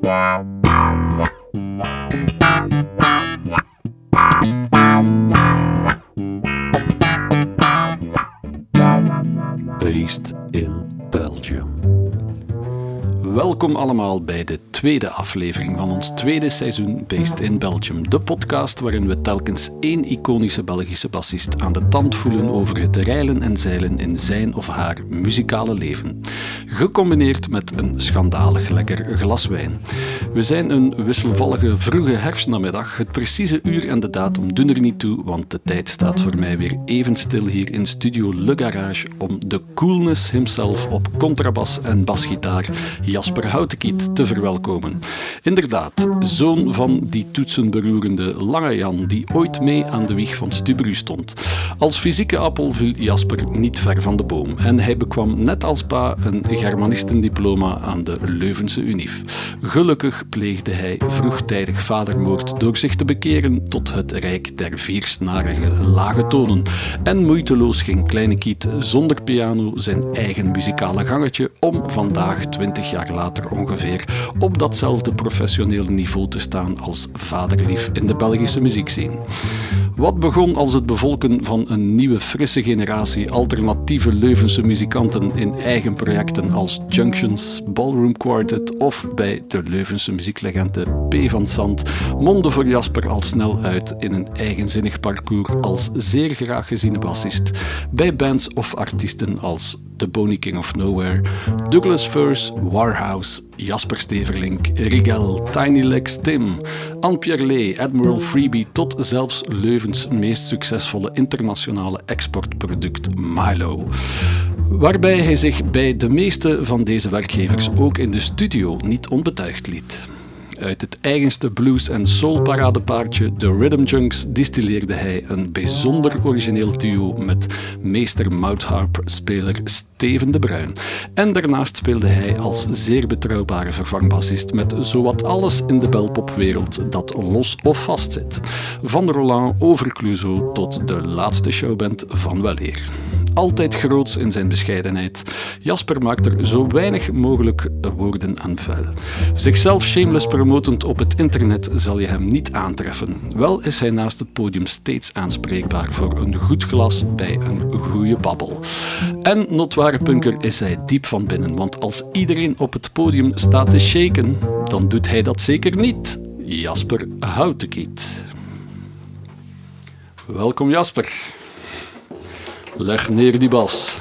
Based in Belgium. Welkom allemaal bij de tweede aflevering van ons tweede seizoen Based in Belgium. De podcast waarin we telkens één iconische Belgische bassist aan de tand voelen over het reilen en zeilen in zijn of haar muzikale leven. Gecombineerd met een schandalig lekker glas wijn. We zijn een wisselvallige vroege herfstnamiddag. Het precieze uur en de datum doen er niet toe, want de tijd staat voor mij weer even stil hier in Studio Le Garage om de coolness himself op contrabas en basgitaar Jasper Houtekiet te verwelkomen. Inderdaad, zoon van die toetsenberoerende Lange Jan die ooit mee aan de wieg van Stubru stond. Als fysieke appel viel Jasper niet ver van de boom en hij bekwam net als pa een germanistendiploma aan de Leuvense Unief. Gelukkig pleegde hij vroegtijdig vadermoord door zich te bekeren tot het rijk der viersnarige lage tonen. En moeiteloos ging kleine Kiet zonder piano zijn eigen muzikale gangetje om vandaag 20 jaar later ongeveer op datzelfde professionele niveau te staan als vaderlief in de Belgische muziekscene. Wat begon als het bevolken van een nieuwe frisse generatie alternatieve Leuvense muzikanten in eigen projecten als Junctions, Ballroom Quartet of bij de Leuvense muzieklegende P. van Sant, mondde voor Jasper al snel uit in een eigenzinnig parcours als zeer graag geziene bassist bij bands of artiesten als The Boney King of Nowhere, Douglas Furs, Warhouse, Jasper Steverlink, Rigel, Tiny Legs Tim, Anne-Pierre Lee, Admiral Freebie tot zelfs Leuvens meest succesvolle internationale exportproduct Milo. Waarbij hij zich bij de meeste van deze werkgevers ook in de studio niet onbetuigd liet. Uit het eigenste blues- en soul-paradepaardje, de Rhythm Junks, distilleerde hij een bijzonder origineel duo met meester moutharp-speler Steven de Bruin. En daarnaast speelde hij als zeer betrouwbare vervangbassist met zowat alles in de belpopwereld dat los of vast zit. Van Roland over Clouseau tot de laatste showband van weleer. Altijd groots in zijn bescheidenheid. Jasper maakt er zo weinig mogelijk woorden aan vuil. Zichzelf shameless promotend op het internet zal je hem niet aantreffen. Wel is hij naast het podium steeds aanspreekbaar voor een goed glas bij een goede babbel. En notware punker is hij diep van binnen, want als iedereen op het podium staat te shaken, dan doet hij dat zeker niet. Jasper Houtekiet. Welkom Jasper. Leg neer die bas.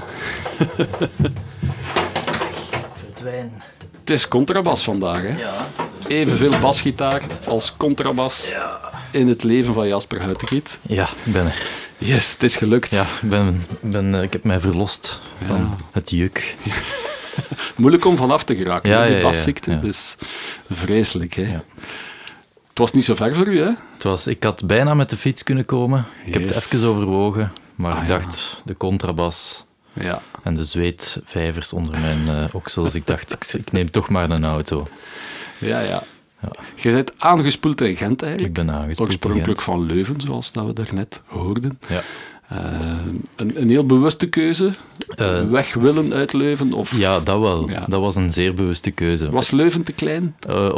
Verdwijn. Het is contrabas vandaag, hè? Ja. Evenveel basgitaar als contrabas in het leven van Jasper Houtekiet. Ja, ik ben er. Yes, het is gelukt. Ja, ik heb mij verlost van het juk. Moeilijk om vanaf te geraken, Ja, die basziekte. ja. Dus vreselijk, hè? Ja. Het was niet zo ver voor u, hè? Ik had bijna met de fiets kunnen komen. Ik heb het Yes. even overwogen, maar ik ja. dacht, de contrabas Ja. en de zweetvijvers onder mijn oksels. Ik dacht, ik neem toch maar een auto. Ja. Je bent aangespoeld in Gent, Ik eigenlijk. ben aangesproken. Oorspronkelijk van Leuven, zoals dat we daarnet hoorden. Ja. Een heel bewuste keuze? Weg willen uit Leuven? Of... Ja, dat wel. Ja. Dat was een zeer bewuste keuze. Was Leuven te klein?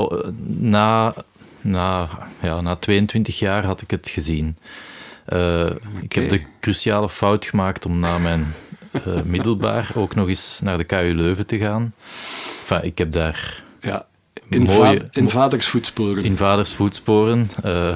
Na 22 jaar had ik het gezien. Ik heb de cruciale fout gemaakt om na mijn middelbaar ook nog eens naar de KU Leuven te gaan. Enfin, ik heb daar... Ja. In vaders voetsporen. In vaders voetsporen.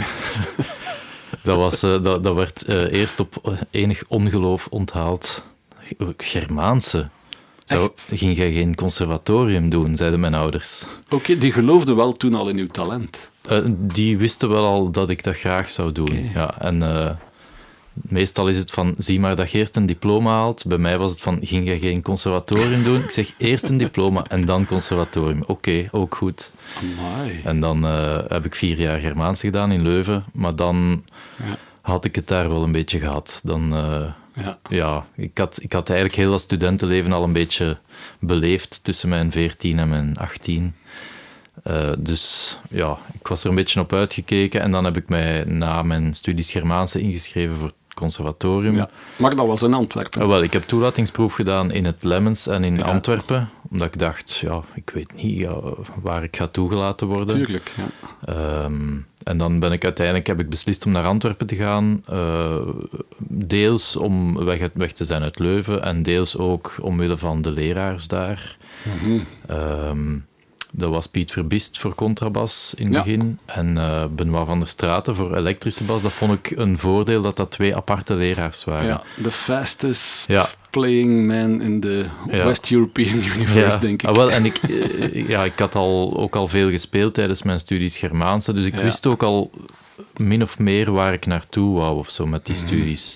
Dat werd eerst op enig ongeloof onthaald. Germaanse. Ging jij geen conservatorium doen, zeiden mijn ouders. Oké, die geloofden wel toen al in uw talent. Die wisten wel al dat ik dat graag zou doen. Okay. Ja, en meestal is het van, zie maar dat je eerst een diploma haalt. Bij mij was het van, ging je geen conservatorium doen? Ik zeg, eerst een diploma en dan conservatorium. Oké, ook goed. Amai. En dan heb ik 4 jaar Germaans gedaan in Leuven. Maar dan had ik het daar wel een beetje gehad. Dan... ik had eigenlijk heel dat studentenleven al een beetje beleefd tussen mijn 14 en mijn 18. Dus ja, ik was er een beetje op uitgekeken en dan heb ik mij na mijn studies Germaanse ingeschreven voor het conservatorium. Ja, maar dat was in Antwerpen. Wel, ik heb toelatingsproef gedaan in het Lemmens en in Antwerpen, Omdat ik dacht, ik weet niet waar ik ga toegelaten worden. Tuurlijk, ja. En dan heb ik beslist om naar Antwerpen te gaan. Deels om weg te zijn uit Leuven en deels ook omwille van de leraars daar. Mm-hmm. Dat was Piet Verbist voor contrabas in het begin en Benoit van der Straten voor elektrische bas. Dat vond ik een voordeel dat 2 aparte leraars waren. Ja, de fastest playing man in de West European Universe, denk ik. Wel, en ik had ook al veel gespeeld tijdens mijn studies Germaanse, dus ik wist ook al min of meer waar ik naartoe wou of zo met die studies.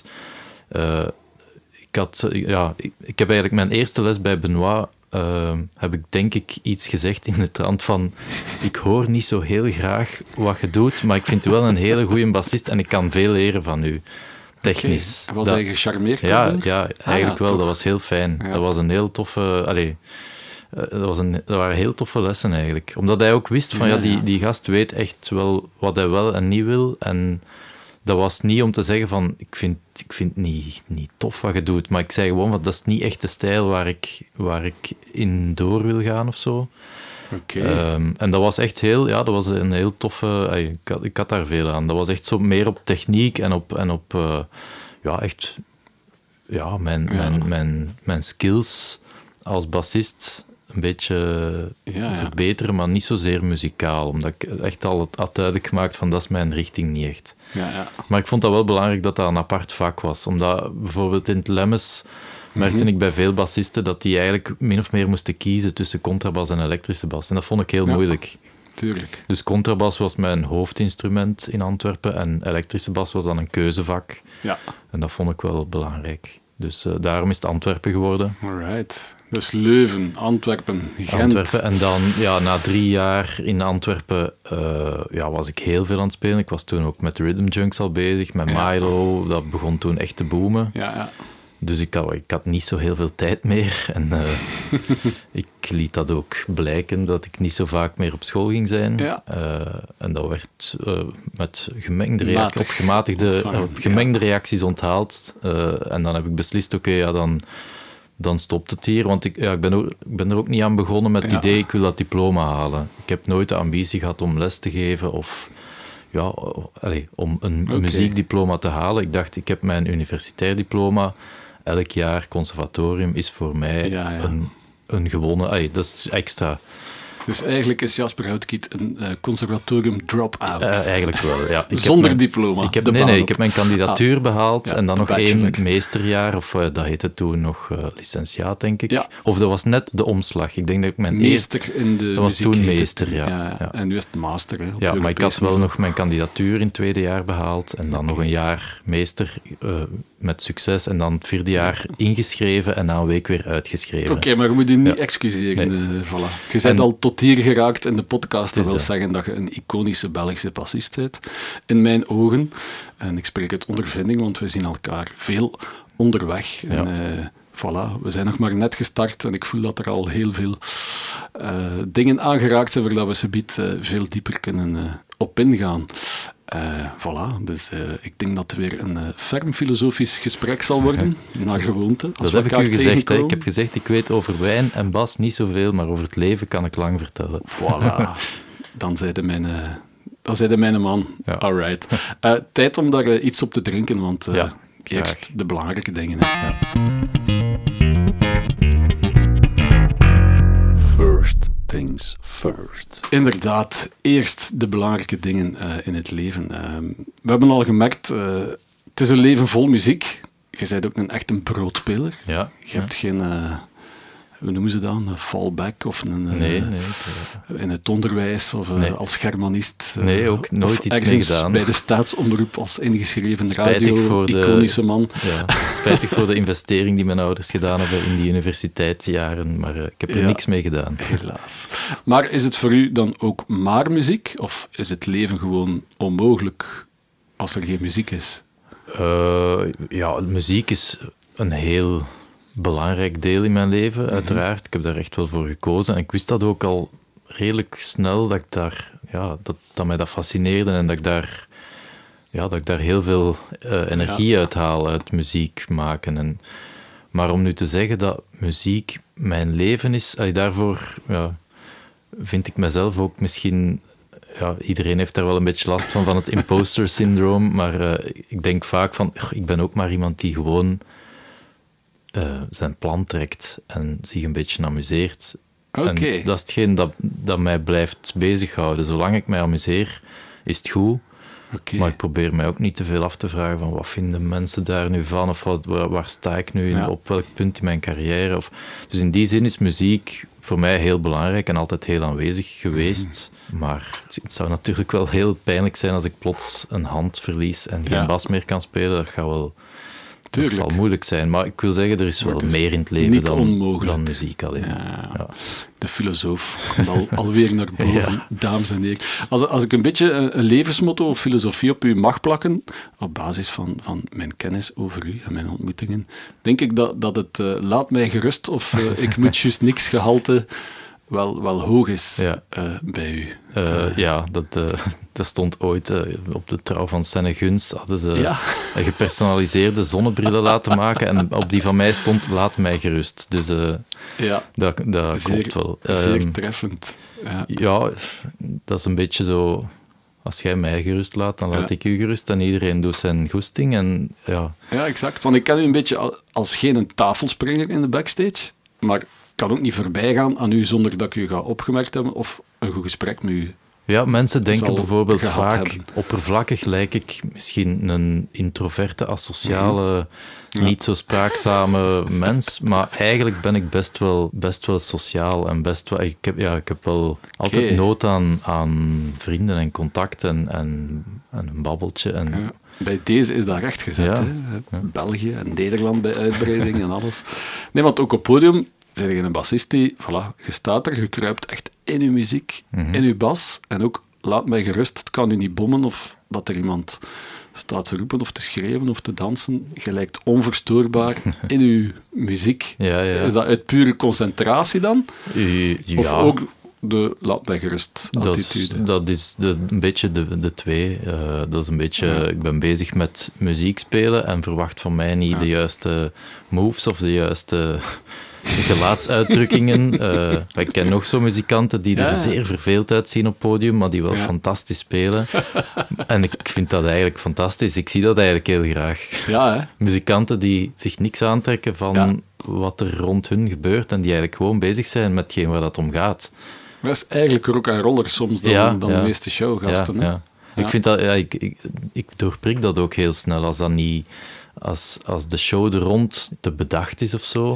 Ik heb eigenlijk mijn eerste les bij Benoit heb ik denk ik iets gezegd in de trant van ik hoor niet zo heel graag wat je doet, maar ik vind u wel een hele goede bassist en ik kan veel leren van u, technisch. Okay. Was hij gecharmeerd? Ja, eigenlijk wel. Toch? Dat was heel fijn. Ja. Dat was een heel toffe... dat waren heel toffe lessen eigenlijk. Omdat hij ook wist van die gast weet echt wel wat hij wel en niet wil en dat was niet om te zeggen van ik vind niet tof wat je doet, maar ik zei gewoon dat is niet echt de stijl waar ik in door wil gaan of zo. Okay. En dat was echt dat was een heel toffe... Ik had daar veel aan. Dat was echt zo meer op techniek en op mijn skills als bassist een beetje verbeteren, maar niet zozeer muzikaal. Omdat ik echt al had duidelijk gemaakt van dat is mijn richting niet echt. Ja. Maar ik vond dat wel belangrijk dat dat een apart vak was. Omdat bijvoorbeeld in het Lemmes merkte ik bij veel bassisten dat die eigenlijk min of meer moesten kiezen tussen contrabas en elektrische bas. En dat vond ik heel moeilijk. Tuurlijk. Dus contrabas was mijn hoofdinstrument in Antwerpen en elektrische bas was dan een keuzevak. Ja. En dat vond ik wel belangrijk. Dus daarom is het Antwerpen geworden. Alright. Dus Leuven, Antwerpen, Gent. Antwerpen. En dan, na 3 jaar in Antwerpen was ik heel veel aan het spelen. Ik was toen ook met Rhythm Junks al bezig, met Milo. Dat begon toen echt te boomen. Ja. Dus ik had niet zo heel veel tijd meer. En ik liet dat ook blijken, dat ik niet zo vaak meer op school ging zijn. Ja. En dat werd met gemengde reacties onthaald. En dan heb ik beslist, dan stopt het hier. Want ik ben er ook niet aan begonnen met het idee, ik wil dat diploma halen. Ik heb nooit de ambitie gehad om les te geven of... om een muziekdiploma te halen. Ik dacht, ik heb mijn universitair diploma. Elk jaar conservatorium is voor mij een gewone... dat is extra. Dus eigenlijk is Jasper Houtkiet een conservatorium drop-out. Eigenlijk wel, ja. Zonder diploma. Ik heb mijn kandidatuur behaald en dan nog één meesterjaar, of dat heette toen nog licentiaat, denk ik. Ja. Of dat was net de omslag. Ik denk dat ik mijn meester in de dat was toen meester, ja. En nu is het master. Hè, maar ik had wel nog mijn kandidatuur in het 2e jaar behaald en dan nog een jaar meester met succes en dan het 4e jaar ingeschreven en na een week weer uitgeschreven. Oké, maar je moet je niet excuseren. Nee. Voilà. Je bent al tot hier geraakt in de podcast. Dat wil zeggen dat je een iconische Belgische bassist bent. In mijn ogen. En ik spreek uit ondervinding, want we zien elkaar veel onderweg. Ja. En voilà, we zijn nog maar net gestart en ik voel dat er al heel veel dingen aangeraakt zijn voordat we subiet veel dieper kunnen op ingaan. Voilà, dus ik denk dat het weer een ferm filosofisch gesprek zal worden, naar gewoonte. Dat heb ik u gezegd. Ik heb gezegd, ik weet over wijn en bas niet zoveel, maar over het leven kan ik lang vertellen. Voilà, dan zijde mijn man. Ja. Alright. Tijd om daar iets op te drinken, want eerst de belangrijke dingen. Ja. First things first. Inderdaad, eerst de belangrijke dingen in het leven. We hebben al gemerkt, het is een leven vol muziek. Je bent ook echt een broodspeler. Ja. Je hebt geen... hoe noemen ze dat? Een fallback of een... Nee. In het onderwijs of als germanist. Nee, ook nooit iets mee gedaan. Bij de staatsomroep als ingeschreven radio, iconische man. Ja, spijtig voor de investering die mijn ouders gedaan hebben in die universiteitsjaren, maar ik heb er niks mee gedaan. Helaas. Maar is het voor u dan ook maar muziek? Of is het leven gewoon onmogelijk als er geen muziek is? Muziek is een heel... belangrijk deel in mijn leven, uiteraard. Ik heb daar echt wel voor gekozen. En ik wist dat ook al redelijk snel, dat ik daar, dat mij dat fascineerde en dat ik daar heel veel energie uit haal, uit muziek maken. Maar om nu te zeggen dat muziek mijn leven is. Daarvoor vind ik mezelf ook misschien... Ja, iedereen heeft daar wel een beetje last van het imposter syndroom, maar ik denk vaak van, ik ben ook maar iemand die gewoon zijn plan trekt en zich een beetje amuseert. Okay. En dat is hetgeen dat mij blijft bezighouden. Zolang ik mij amuseer, is het goed. Okay. Maar ik probeer mij ook niet te veel af te vragen van wat vinden mensen daar nu van of waar sta ik nu op welk punt in mijn carrière. Dus in die zin is muziek voor mij heel belangrijk en altijd heel aanwezig geweest. Maar het zou natuurlijk wel heel pijnlijk zijn als ik plots een hand verlies en geen bas meer kan spelen. Dat gaat wel... Dat zal moeilijk zijn, maar ik wil zeggen, er is wel meer in het leven dan muziek alleen. Ja. De filosoof komt alweer naar boven, dames en heren. Als ik een beetje een levensmotto of filosofie op u mag plakken, op basis van mijn kennis over u en mijn ontmoetingen, denk ik dat het laat mij gerust of ik moet juist niks gehalte wel hoog is bij u. Dat stond ooit op de trouw van Senneguns. Hadden ze gepersonaliseerde zonnebrillen laten maken en op die van mij stond laat mij gerust. Dus dat klopt wel. Zeer treffend. Ja, dat is een beetje zo... Als jij mij gerust laat, dan laat ik u gerust en iedereen doet zijn goesting. En, ja, exact. Want ik ken u een beetje als geen tafelspringer in de backstage, maar kan ook niet voorbij gaan aan u zonder dat ik u ga opgemerkt hebben of een goed gesprek met u. Ja, mensen denken bijvoorbeeld vaak, oppervlakkig lijk ik misschien een introverte, asociale, niet zo spraakzame mens, maar eigenlijk ben ik best wel sociaal en ik heb wel altijd nood aan vrienden en contact en een babbeltje. En... Bij deze is dat recht gezet. Hè? België en Nederland bij uitbreiding en alles. Nee, want ook op podium zijn je een bassist die, je staat er, je kruipt echt in je muziek, in je bas. En ook, laat mij gerust, het kan u niet bommen of dat er iemand staat te roepen of te schreeuwen of te dansen. Je lijkt onverstoorbaar in uw muziek. Ja. Is dat uit pure concentratie dan? Of ook de laat mij gerust attitude? Dat is een beetje de twee. Dat is een beetje, ik ben bezig met muziek spelen en verwacht van mij niet de juiste moves of de juiste... gelaatsuitdrukkingen. Ik ken nog zo muzikanten die er zeer verveeld uitzien op podium, maar die wel fantastisch spelen. En ik vind dat eigenlijk fantastisch. Ik zie dat eigenlijk heel graag. Ja, hè? Muzikanten die zich niks aantrekken van wat er rond hun gebeurt en die eigenlijk gewoon bezig zijn met hetgeen waar dat om gaat. Dat is eigenlijk rock and roller soms dan de meeste showgasten. Ja. Ik vind dat... ik doorprik dat ook heel snel als dat niet... Als de show er rond te bedacht is of zo,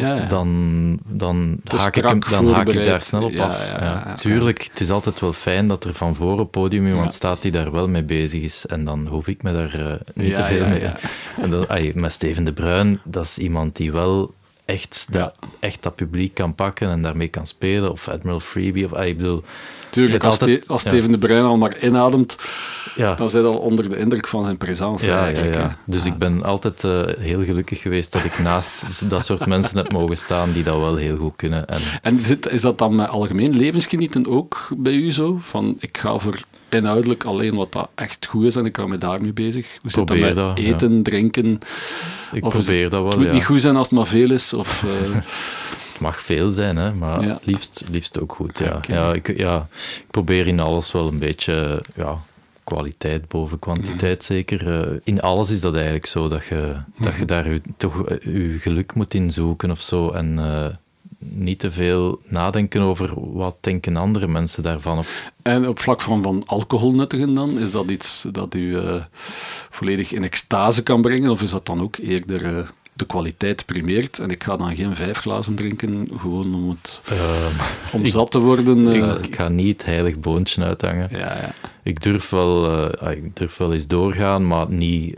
dan haak ik daar snel op af. Tuurlijk, het is altijd wel fijn dat er van voor op podium iemand staat die daar wel mee bezig is. En dan hoef ik me daar niet te veel mee. En dan, met Steven de Bruin, dat is iemand die wel echt dat publiek kan pakken en daarmee kan spelen. Of Admiral Freebie. Ik bedoel... Tuurlijk, als Steven de Bruin al maar inademt, dan zijn al onder de indruk van zijn presence. Ja. Dus ik ben altijd heel gelukkig geweest dat ik naast dat soort mensen heb mogen staan die dat wel heel goed kunnen. En is dat dan met algemeen levensgenieten ook bij u zo? Van, ik ga voor inhoudelijk alleen wat dat echt goed is en ik hou me daarmee bezig? Hoe zit dat met eten, drinken? Ik probeer dat wel, Het moet niet goed zijn als het maar veel is, of... Het mag veel zijn, hè, maar liefst ook goed. Ik probeer in alles wel een beetje kwaliteit boven kwantiteit, zeker. In alles is dat eigenlijk zo, dat je daar toch je geluk moet in zoeken of zo. En niet te veel nadenken over wat denken andere mensen daarvan. En op vlak van alcohol nuttigen dan? Is dat iets dat u volledig in extase kan brengen? Of is dat dan ook eerder... de kwaliteit primeert en ik ga dan geen 5 glazen drinken, gewoon om zat te worden. Ik ga niet het heilig boontje uithangen. Ja. Ik durf wel eens doorgaan, maar niet...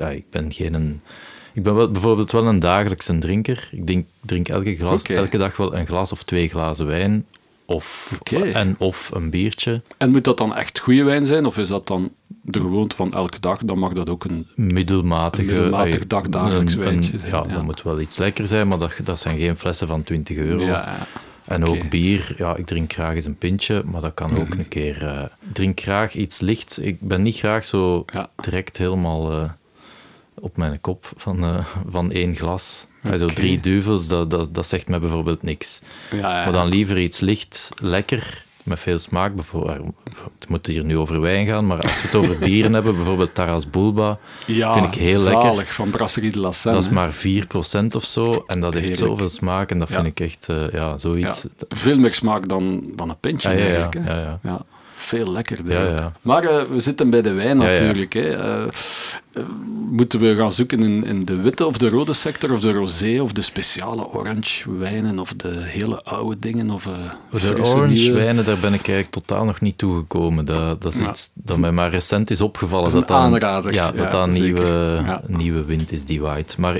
Ik ben bijvoorbeeld wel een dagelijkse drinker. Ik drink elke dag wel een glas of 2 glazen wijn. Of een biertje. En moet dat dan echt goede wijn zijn? Of is dat dan de gewoonte van elke dag? Dan mag dat ook een middelmatig dagelijks wijntje zijn. Dat moet wel iets lekker zijn, maar dat zijn geen flessen van €20. Ja. En ook bier. Ja, ik drink graag eens een pintje, maar dat kan ook een keer... Ik drink graag iets licht. Ik ben niet graag zo direct helemaal... op mijn kop van 1 glas. Zo 3 duvels, dat zegt mij bijvoorbeeld niks. Ja. Maar dan liever iets licht, lekker, met veel smaak. Bijvoorbeeld, het moet hier nu over wijn gaan, maar als we het over bieren hebben, bijvoorbeeld Taras Bulba, vind ik heel zalig, lekker. Van Brasserie de la Seine. Dat is maar 4% of zo, en dat heeft zoveel smaak, en dat vind ik echt zoiets... Ja, veel meer smaak dan een pintje eigenlijk. Ja. Veel lekkerder. Ja. Maar we zitten bij de wijn natuurlijk. Ja. Hè. Moeten we gaan zoeken in de witte of de rode sector, of de rosé, of de speciale orange wijnen, of de hele oude dingen? Of, de orange wijnen, daar ben ik eigenlijk totaal nog niet toegekomen. Dat is iets dat mij maar recent is opgevallen. Dat is een aanrader. Dat een nieuwe wind is die waait. Maar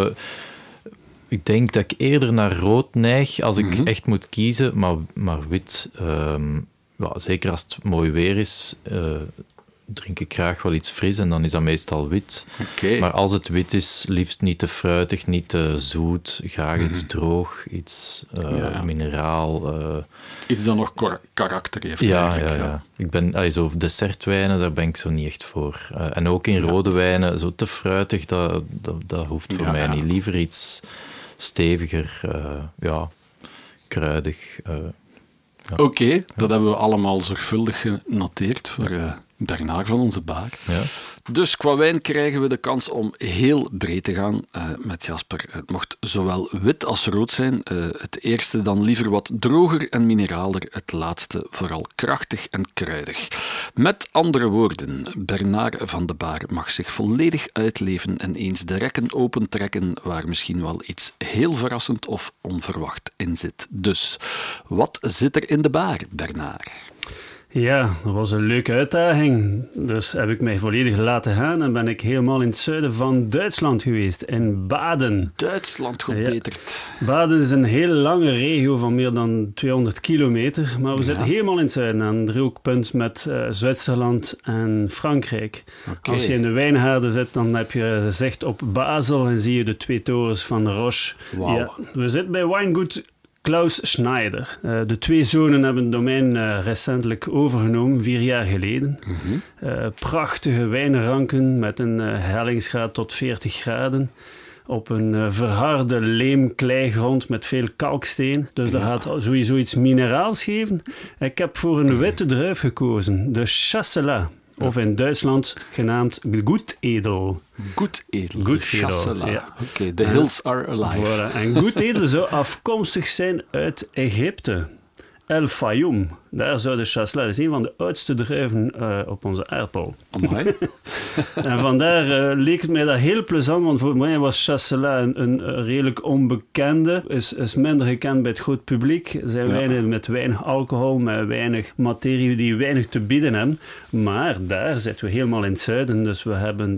ik denk dat ik eerder naar rood neig als ik echt moet kiezen, maar wit... zeker als het mooi weer is, drink ik graag wel iets fris en dan is dat meestal wit. Okay. Maar als het wit is, liefst niet te fruitig, niet te zoet, graag iets droog, iets mineraal. Iets dat nog karakter heeft. Ja. Ik ben zo dessertwijnen, daar ben ik zo niet echt voor. En ook in rode wijnen, zo te fruitig, dat hoeft voor mij niet. Liever iets steviger, kruidig. Oké, dat hebben we allemaal zorgvuldig genoteerd voor Bernard van onze baak. Ja. Dus qua wijn krijgen we de kans om heel breed te gaan met Jasper. Het mocht zowel wit als rood zijn. Het eerste dan liever wat droger en mineraler. Het laatste vooral krachtig en kruidig. Met andere woorden, Bernard van de Baar mag zich volledig uitleven en eens de rekken opentrekken waar misschien wel iets heel verrassend of onverwacht in zit. Dus, wat zit er in de baar, Bernard? Ja, dat was een leuke uitdaging. Dus heb ik mij volledig laten gaan en ben ik helemaal in het zuiden van Duitsland geweest, in Baden. Duitsland gebeterd. Ja. Baden is een hele lange regio van meer dan 200 kilometer, maar we zitten helemaal in het zuiden, aan het driehoekpunt met Zwitserland en Frankrijk. Okay. Als je in de wijngaarden zit, dan heb je zicht op Basel en zie je de 2 torens van Roche. Wow. Ja, we zitten bij wijngoed Klaus Schneider. De 2 zonen hebben het domein recentelijk overgenomen, 4 jaar geleden. Prachtige wijnranken met een hellingsgraad tot 40 graden. Op een verharde leem-kleigrond met veel kalksteen. Dus dat gaat sowieso iets mineraals geven. Ik heb voor een witte druif gekozen, de Chasselas. Of in Duitsland genaamd Goededel. Goededel, Chasselas. Ja. Oké, the hills are alive. Voilà. En Goededel zou afkomstig zijn uit Egypte. El Fayoum. Daar zou de Chasselas, dat is een van de oudste druiven op onze aardbol. Amai. En vandaar leek het mij dat heel plezant, want voor mij was Chasselas een redelijk onbekende. Is minder gekend bij het groot publiek. Zijn wijnen met weinig alcohol, met weinig materie, die weinig te bieden hebben. Maar daar zitten we helemaal in het zuiden, dus we hebben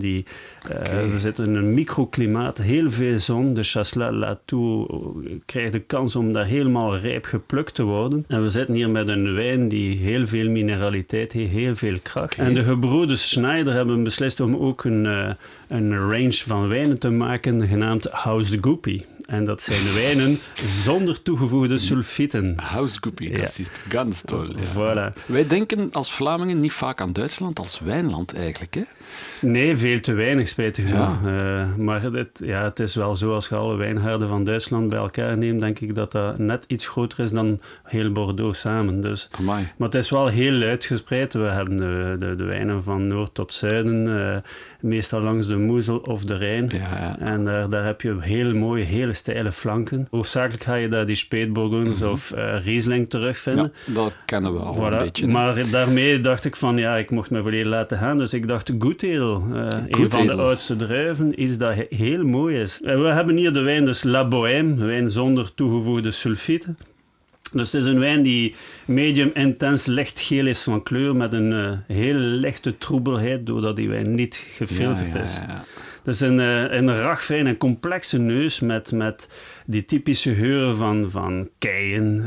we zitten in een microklimaat, heel veel zon. De Chasselas laat toe, krijgt de kans om daar helemaal rijp geplukt te worden. En we zitten hier met een wijn die heel veel mineraliteit heeft, heel veel kracht. En de gebroeders Schneider hebben beslist om ook een range van wijnen te maken, genaamd House Goopy. En dat zijn wijnen zonder toegevoegde sulfieten. House Goopy, dat is ganz toll. Ja. Voilà. Wij denken als Vlamingen niet vaak aan Duitsland als wijnland eigenlijk, hè? Nee, veel te weinig, spijtig genoeg. Maar het is wel zo, als je alle wijngaarden van Duitsland bij elkaar neemt, denk ik dat dat net iets groter is dan heel Bordeaux samen. Dus. Maar het is wel heel uitgespreid. We hebben de wijnen van noord tot zuiden, meestal langs de Moezel of de Rijn. En daar heb je heel mooie, hele steile flanken. Hoofdzakelijk ga je daar die Spätburgunder of Riesling terugvinden. Ja, dat kennen we al een beetje. Maar daarmee dacht ik van, ik mocht me volledig laten gaan. Dus ik dacht, Goededel, een van de oudste druiven, iets dat heel mooi is. We hebben hier de wijn, dus La Bohème, wijn zonder toegevoegde sulfieten. Dus het is een wijn die medium intens lichtgeel is van kleur, met een hele lichte troebelheid, doordat die wijn niet gefilterd is. Dus een ragfijn en complexe neus met die typische geuren van keien,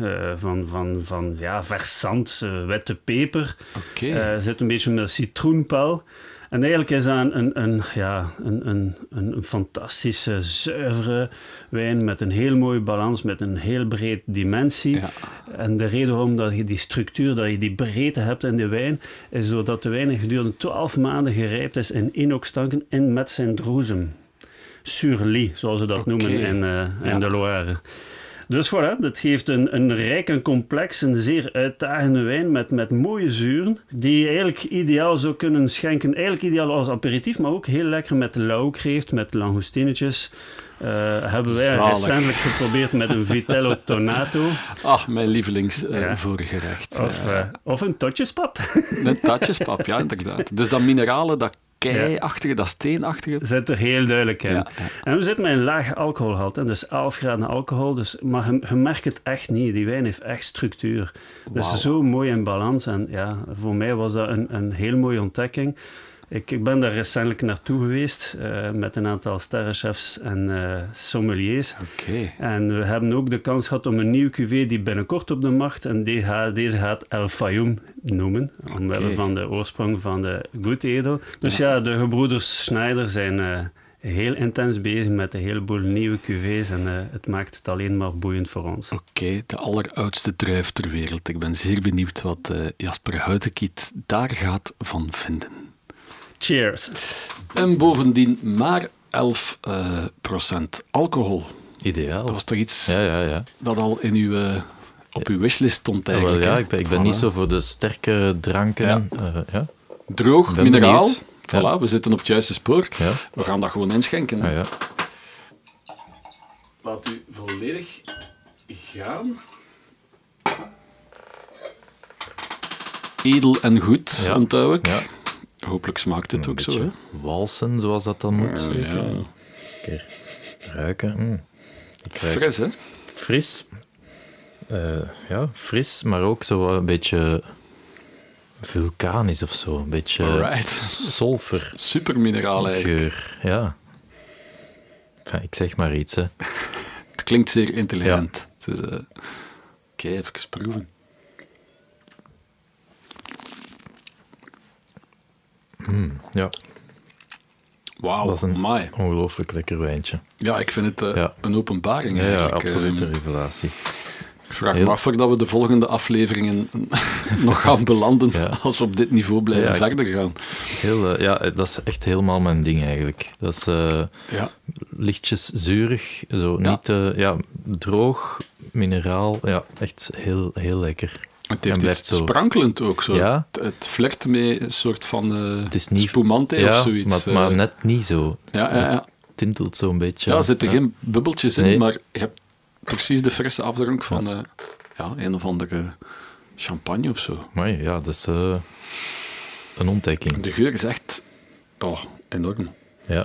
van versant, witte peper. Zit een beetje met citroenpel. En eigenlijk is dat een fantastische, zuivere wijn met een heel mooie balans, met een heel breed dimensie. En de reden waarom dat je die structuur, dat je die breedte hebt in de wijn, is zodat de wijn gedurende 12 maanden gerijpt is in inoxtanken en met zijn droesem. Sur lit, zoals ze dat noemen in de Loire. Dus voilà, dat geeft een rijk en complex, een zeer uitdagende wijn met mooie zuren, die je eigenlijk ideaal zou kunnen schenken. Eigenlijk ideaal als aperitief, maar ook heel lekker met lauwkreeft, met langoustinetjes. Hebben wij recentelijk geprobeerd met een Vitello Tonato. Mijn lievelings voorgerecht. Of een totjespap. Een totjespap, ja, inderdaad. Dus dat mineralen, dat kei-achtige, dat steenachtige... Zit er heel duidelijk in. Ja. En we zitten met een laag alcoholgehalte, dus 11 graden alcohol. Dus, maar je merkt het echt niet. Die wijn heeft echt structuur. Dus zo mooi in balans. En ja, voor mij was dat een heel mooie ontdekking. Ik ben daar recentelijk naartoe geweest met een aantal sterrenchefs en sommeliers. Okay. En we hebben ook de kans gehad om een nieuwe cuvée die binnenkort op de markt, en deze gaat El Fayoum noemen, omwille van de oorsprong van de Goed Edel. Dus de gebroeders Schneider zijn heel intens bezig met een heleboel nieuwe cuvées en het maakt het alleen maar boeiend voor ons. Oké, de alleroudste druif ter wereld. Ik ben zeer benieuwd wat Jasper Huytekiet daar gaat van vinden. Cheers. En bovendien maar 11% alcohol. Ideaal. Dat was toch iets dat al in op uw wishlist stond eigenlijk. Wel, ik ben niet zo voor de sterke dranken. Droog, mineraal. Benieuwd. Voilà, we zitten op het juiste spoor. Ja. We gaan dat gewoon inschenken. Ja. Laat u volledig gaan. Edel en goed, onthoud ik. Ja. Hopelijk smaakt het ook zo. Hè? Walsen, zoals dat dan moet. Kijk, ruiken. Fris, hè? Fris. Fris, maar ook zo een beetje vulkanisch of zo. Een beetje sulfur. Super mineraal eigenlijk. Geur, ja. Enfin, ik zeg maar iets, hè. Het klinkt zeer intelligent. Ja. Oké, even proeven. Ja. Wauw, dat is een ongelooflijk lekker wijntje. Ja, ik vind het een openbaring eigenlijk. Ja, absolute revelatie. Ik vraag me af voordat we de volgende afleveringen nog gaan belanden als we op dit niveau blijven verder gaan. Dat is echt helemaal mijn ding eigenlijk. Dat is lichtjes zuurig, zo niet droog, mineraal. Ja, echt heel, heel lekker. Het heeft iets sprankelend ook. Zo. Ja? Het flirt met een soort van spumante of zoiets. Maar net niet zo. Ja. Het tintelt zo'n beetje. Ja, er zitten geen bubbeltjes in, maar je hebt precies de frisse afdronk van een of andere champagne of zo. Maar ja, dat is een ontdekking. De geur is echt enorm. Ja.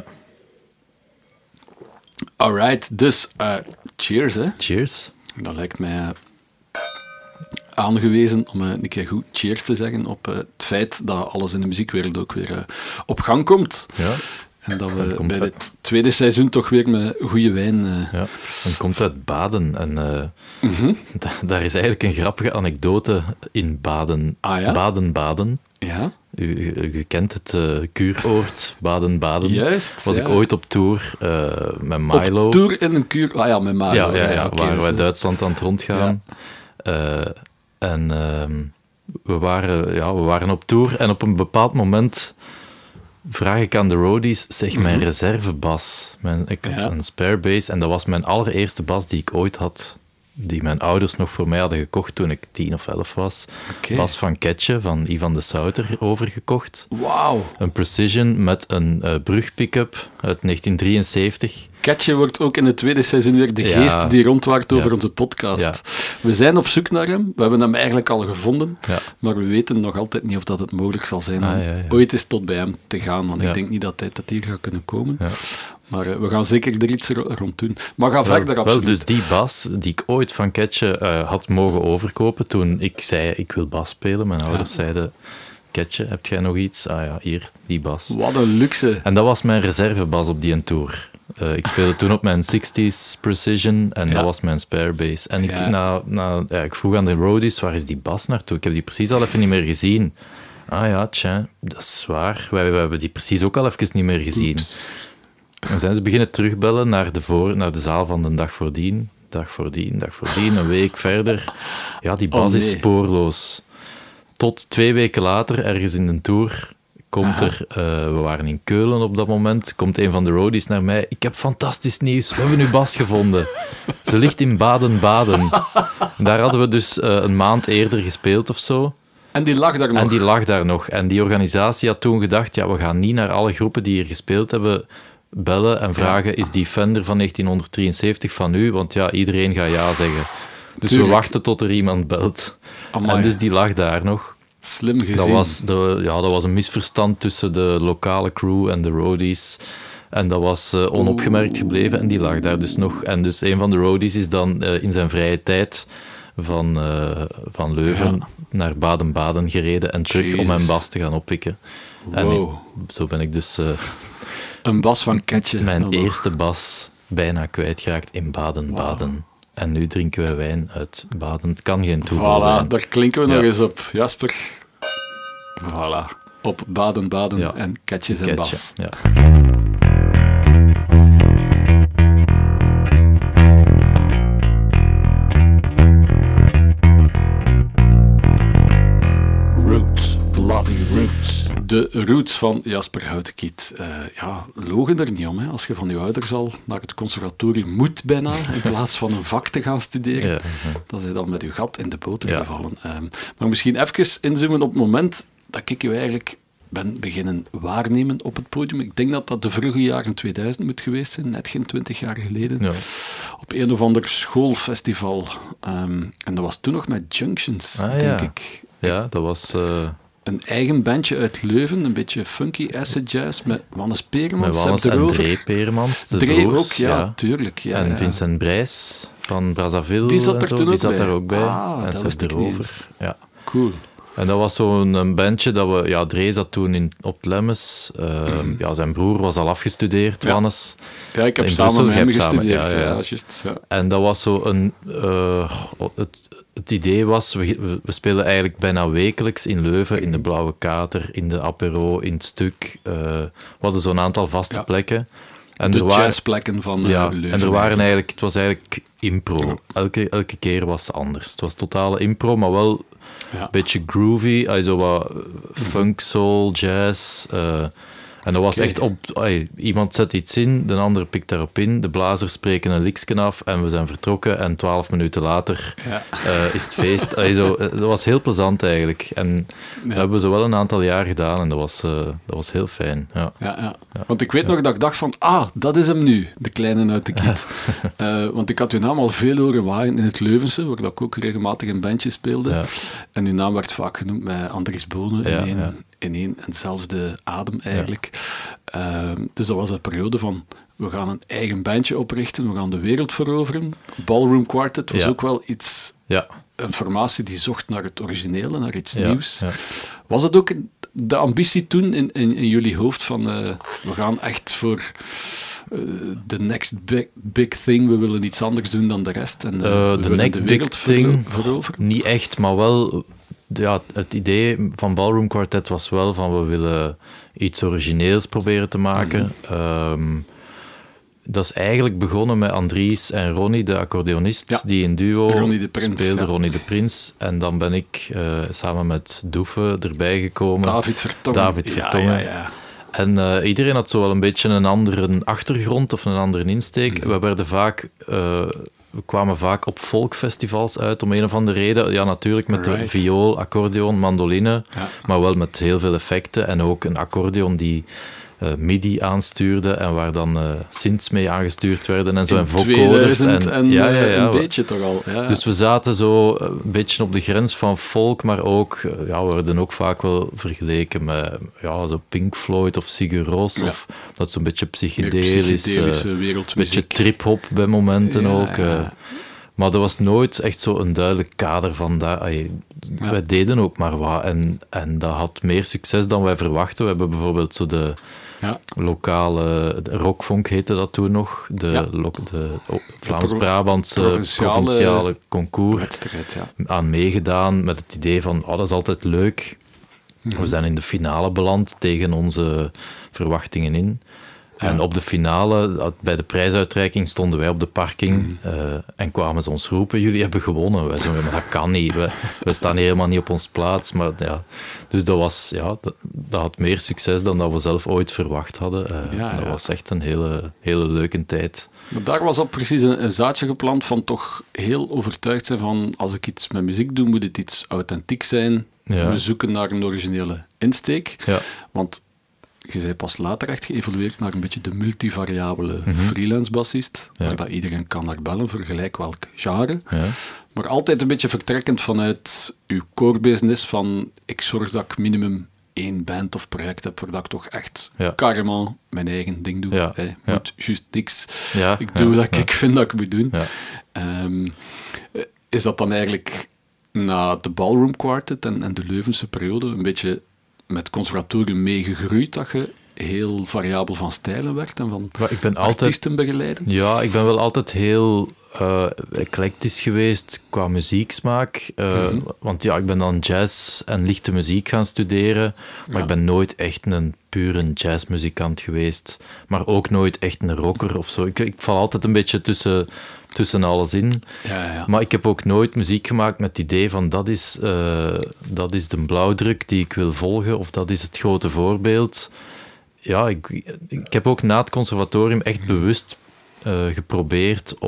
Alright, dus cheers, hè. Cheers. Dat lijkt mij aangewezen om een keer goed cheers te zeggen op het feit dat alles in de muziekwereld ook weer op gang komt. Ja. En dat we bij dit tweede seizoen toch weer met goede wijn... En komt uit Baden. En daar is eigenlijk een grappige anekdote in Baden. Ah, ja? Baden-Baden. Ja? U kent het kuuroord Baden-Baden. Juist. Was ik ooit op tour met Milo. Op tour in een kuur... Ah ja, met Milo. Ja, waren wij Duitsland aan het rondgaan. Ja. We waren op tour en op een bepaald moment vraag ik aan de roadies, zeg mijn reservebas. Ik had een spare bass en dat was mijn allereerste bas die ik ooit had, die mijn ouders nog voor mij hadden gekocht toen ik 10 of 11 was. Okay. Bas van Ketje, van Ivan de Souter, overgekocht. Wauw. Een Precision met een Brug pick-up uit 1973. Ketje wordt ook in het tweede seizoen weer de geest die rondwaart over onze podcast. Ja. We zijn op zoek naar hem. We hebben hem eigenlijk al gevonden. Ja. Maar we weten nog altijd niet of dat het mogelijk zal zijn om ooit eens tot bij hem te gaan. Want ik denk niet dat hij tot hier gaat kunnen komen. Ja. Maar we gaan zeker er iets rond doen. Maar ga verder, absoluut. Dus die bas die ik ooit van Ketje had mogen overkopen toen ik zei, ik wil bas spelen. Mijn ouders zeiden, Ketje, heb jij nog iets? Ah ja, hier, die bas. Wat een luxe. En dat was mijn reservebas op die tour. Ik speelde toen op mijn 60s Precision en dat was mijn spare bass. En ik vroeg aan de roadies, waar is die bas naartoe? Ik heb die precies al even niet meer gezien. Ah ja, tja, dat is waar. We hebben die precies ook al even niet meer gezien. Oeps. En zijn ze beginnen terugbellen naar de zaal van de dag voordien. dag voordien, een week verder. Ja, die bas is spoorloos. Tot 2 weken later, ergens in een tour, komt er... we waren in Keulen op dat moment. Komt een van de roadies naar mij. Ik heb fantastisch nieuws. We hebben uw bas gevonden. Ze ligt in Baden-Baden. Daar hadden we dus een maand eerder gespeeld of zo. En die lag daar nog. En die organisatie had toen gedacht, ja, we gaan niet naar alle groepen die hier gespeeld hebben bellen en vragen, is die Fender van 1973 van u? Want ja, iedereen gaat ja zeggen. Dus we wachten tot er iemand belt. Amai. En dus die lag daar nog. Slim gezien. Dat was een misverstand tussen de lokale crew en de roadies. En dat was onopgemerkt gebleven en die lag daar dus nog. En dus een van de roadies is dan in zijn vrije tijd van Leuven naar Baden-Baden gereden en terug om mijn bas te gaan oppikken. Wow. En zo ben ik dus... een bas van Ketje. Mijn eerste bas bijna kwijtgeraakt in Baden-Baden. Wow. En nu drinken wij wijn uit Baden. Het kan geen toeval zijn. Daar klinken we nog eens op. Jasper. Voilà. Op Baden-Baden en Ketje zijn bas. Ja. Roots. Bloody Roots. De roots van Jasper Houtekiet. Logen er niet om. Hè. Als je van je ouders al naar het conservatorium moet bijna, in plaats van een vak te gaan studeren, dan zijn je dan met je gat in de boter gevallen. Maar misschien even inzoomen op het moment dat ik je eigenlijk ben beginnen waarnemen op het podium. Ik denk dat dat de vroege jaren 2000 moet geweest zijn, net geen 20 jaar geleden. Ja. Op een of ander schoolfestival. En dat was toen nog met Junctions, denk ik. Ja, dat was... Een eigen bandje uit Leuven, een beetje funky acid jazz, met Wannes Peremans. Met Wannes en Dree Peremans, de Dree broers, ook, ja, tuurlijk. Ja, en Vincent Brijs van Brazzaville. Die zat er toen die zat daar ook bij. En dat was erover. Ja. Cool. En dat was zo'n bandje dat we... Ja, Dree zat toen op Lemmes. Zijn broer was al afgestudeerd, Wannes. Ja, ik heb samen met hem gestudeerd. Just. En dat was zo een... Het idee was, we spelen eigenlijk bijna wekelijks in Leuven, in de Blauwe Kater, in de Apero, in het Stuk. We hadden zo'n aantal vaste plekken. En de jazzplekken van Leuven. En er waren het was eigenlijk impro. Elke keer was anders. Het was totale impro, maar wel een beetje groovy. Zo wat funk, soul, jazz... En dat was echt iemand zet iets in, de andere pikt daarop in, de blazers spreken een liksken af en we zijn vertrokken en 12 minuten later is het feest. Dat was heel plezant eigenlijk. En dat hebben we zo wel een aantal jaar gedaan en dat was heel fijn. Ja. Want ik weet nog dat ik dacht van, dat is hem nu, de kleine uit de Kiet. Want ik had uw naam al veel horen waaien in het Leuvense, waar ik ook regelmatig een bandje speelde. Ja. En uw naam werd vaak genoemd met Andries Bonen in één enzelfde adem eigenlijk. Dus dat was een periode van, we gaan een eigen bandje oprichten, we gaan de wereld veroveren. Ballroom Quartet was ook wel iets, een formatie die zocht naar het originele, naar iets nieuws. Ja. Was het ook de ambitie toen in jullie hoofd van, we gaan echt voor the next big thing, we willen iets anders doen dan de rest en de next big thing veroveren? Niet echt, maar wel... Ja, het idee van Ballroom Quartet was wel van we willen iets origineels proberen te maken. Dat is eigenlijk begonnen met Andries en Ronnie, de accordeonist, die in duo speelde, Ronnie de Prins. En dan ben ik samen met Doefe erbij gekomen. David Vertongen. Ja. En iedereen had zo wel een beetje een andere achtergrond of een andere insteek. We kwamen vaak op folkfestivals uit, om een of andere reden. Ja, natuurlijk met de viool, accordeon, mandoline, maar wel met heel veel effecten. En ook een accordeon die MIDI aanstuurde en waar dan synths mee aangestuurd werden en zo. En vocoders. Een beetje toch al. Ja. Dus we zaten zo een beetje op de grens van folk, maar ook, we werden ook vaak wel vergeleken met zo Pink Floyd of Sigur Rós, of dat zo'n beetje psychedelische wereldmuziek. Een beetje trip-hop bij momenten ook. Maar er was nooit echt zo een duidelijk kader van dat. Wij deden ook maar wat en dat had meer succes dan wij verwachten. We hebben bijvoorbeeld zo de lokale rockfunk heette dat toen nog, de Vlaams-Brabantse provinciale concours aan meegedaan met het idee van dat is altijd leuk. We zijn in de finale beland tegen onze verwachtingen in. En op de finale, bij de prijsuitreiking, stonden wij op de parking en kwamen ze ons roepen, jullie hebben gewonnen. Wij zeiden, maar dat kan niet. We staan hier helemaal niet op ons plaats. Maar, ja. Dus dat had meer succes dan dat we zelf ooit verwacht hadden. Dat was echt een hele leuke tijd. Maar daar was al precies een zaadje geplant van toch heel overtuigd zijn van als ik iets met muziek doe, moet het iets authentiek zijn. Ja. We zoeken naar een originele insteek. Ja. Want je bent pas later echt geëvolueerd naar een beetje de multivariabele freelance bassist, waar dat iedereen kan naar bellen voor gelijk welk genre. Ja. Maar altijd een beetje vertrekkend vanuit uw core business van ik zorg dat ik minimum 1 band of project heb waar dat ik toch echt carrément mijn eigen ding doe. Ja. Moet juist niks. Ja. Ik doe wat ik vind dat ik moet doen. Ja. Is dat dan eigenlijk na de Ballroom Quartet en de Leuvense periode een beetje met conservatorium meegegroeid dat je heel variabel van stijlen werd en van artiesten begeleiden? Ja, ik ben wel altijd heel eclectisch geweest qua muzieksmaak. Want ik ben dan jazz en lichte muziek gaan studeren, maar ik ben nooit echt een pure jazzmuzikant geweest, maar ook nooit echt een rocker of zo. Ik val altijd een beetje tussen alles in. Ja. Maar ik heb ook nooit muziek gemaakt met het idee van dat is de blauwdruk die ik wil volgen of dat is het grote voorbeeld. Ja, ik heb ook na het conservatorium echt bewust geprobeerd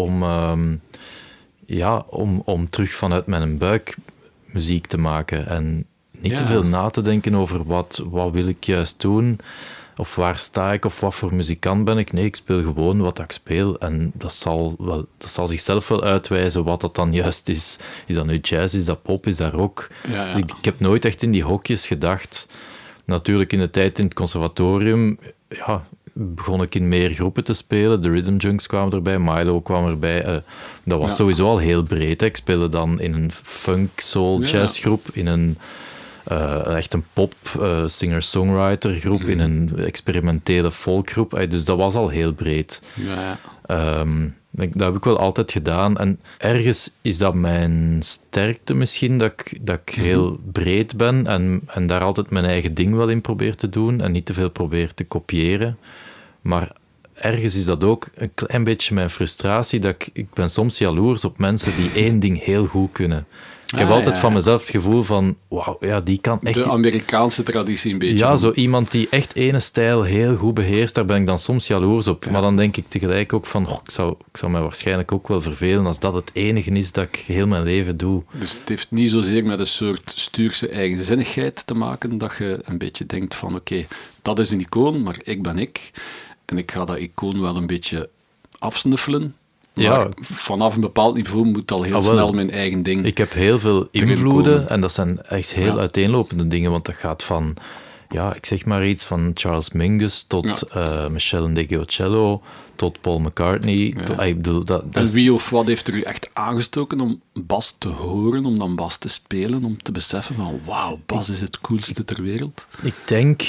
om terug vanuit mijn buik muziek te maken en niet te veel na te denken over wat wil ik juist doen of waar sta ik of wat voor muzikant ben ik. Nee, ik speel gewoon wat ik speel en dat zal zichzelf wel uitwijzen wat dat dan juist is. Is dat nu jazz, is dat pop, is dat rock? Ja. Dus ik heb nooit echt in die hokjes gedacht. Natuurlijk in de tijd in het conservatorium begon ik in meer groepen te spelen. De Rhythm Junks kwamen erbij, Milo kwam erbij. Dat was sowieso al heel breed. Hè. Ik speelde dan in een funk, soul, jazzgroep, in een echt een pop singer-songwriter groep, in een experimentele folkgroep. Dus dat was al heel breed. Dat heb ik wel altijd gedaan. En ergens is dat mijn sterkte misschien, dat ik heel breed ben en daar altijd mijn eigen ding wel in probeer te doen en niet te veel probeer te kopiëren. Maar ergens is dat ook een klein beetje mijn frustratie, dat ik ben soms jaloers op mensen die één ding heel goed kunnen. Ik heb altijd van mezelf het gevoel van, wauw, die kan echt... De Amerikaanse traditie een beetje. Ja, zo iemand die echt ene stijl heel goed beheerst, daar ben ik dan soms jaloers op. Ja. Maar dan denk ik tegelijk ook van, ik zou mij waarschijnlijk ook wel vervelen als dat het enige is dat ik heel mijn leven doe. Dus het heeft niet zozeer met een soort stuurse eigenzinnigheid te maken, dat je een beetje denkt van, oké, dat is een icoon, maar ik ben ik. En ik ga dat icoon wel een beetje afsnuffelen. Maar vanaf een bepaald niveau moet al heel snel mijn eigen ding. Ik heb heel veel invloeden en dat zijn echt heel uiteenlopende dingen, want dat gaat van, ik zeg maar iets, van Charles Mingus tot Michel Ndegeocello tot Paul McCartney. En wie of wat heeft er u echt aangestoken om bas te horen, om dan bas te spelen, om te beseffen van wauw, bas is het coolste ter wereld? Ik denk...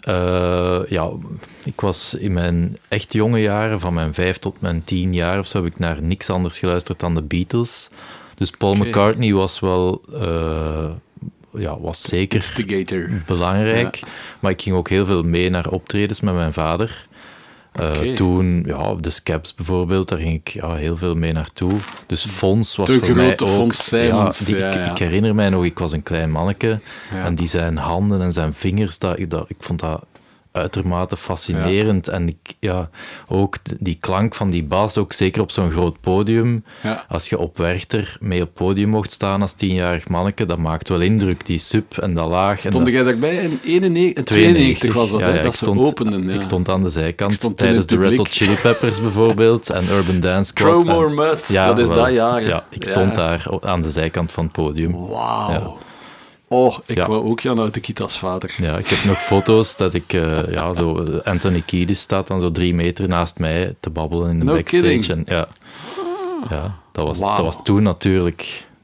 ik was in mijn echt jonge jaren, van mijn 5 tot mijn 10 jaar of zo, heb ik naar niks anders geluisterd dan de Beatles. Dus Paul McCartney was wel... was zeker belangrijk. Ja. Maar ik ging ook heel veel mee naar optredens met mijn vader. Toen, de Scabs bijvoorbeeld, daar ging ik heel veel mee naartoe. Dus Fons was voor mij ook... Fons Simons. Ik herinner mij nog, ik was een klein manneke en die zijn handen en zijn vingers, ik vond dat uitermate fascinerend. En ook die klank van die bas, ook zeker op zo'n groot podium. Ja. Als je op Werchter mee op podium mocht staan als 10-jarig manneke, dat maakt wel indruk, die sub en dat laag. Stond jij daarbij? In 92 was dat, dat ze openden. Ja. Ik stond aan de zijkant, tijdens de Red Hot Chili Peppers bijvoorbeeld, en Urban Dance Squad. Throw More Mud, dat is dat jaar. Ja, ik stond daar aan de zijkant van het podium. Wauw. Ja. Oh, ik wou ook Jan Uitekiet vader. Ja, ik heb nog foto's dat ik... zo Anthony Kiedis staat dan zo 3 meter naast mij te babbelen in de backstage. En, dat was toen natuurlijk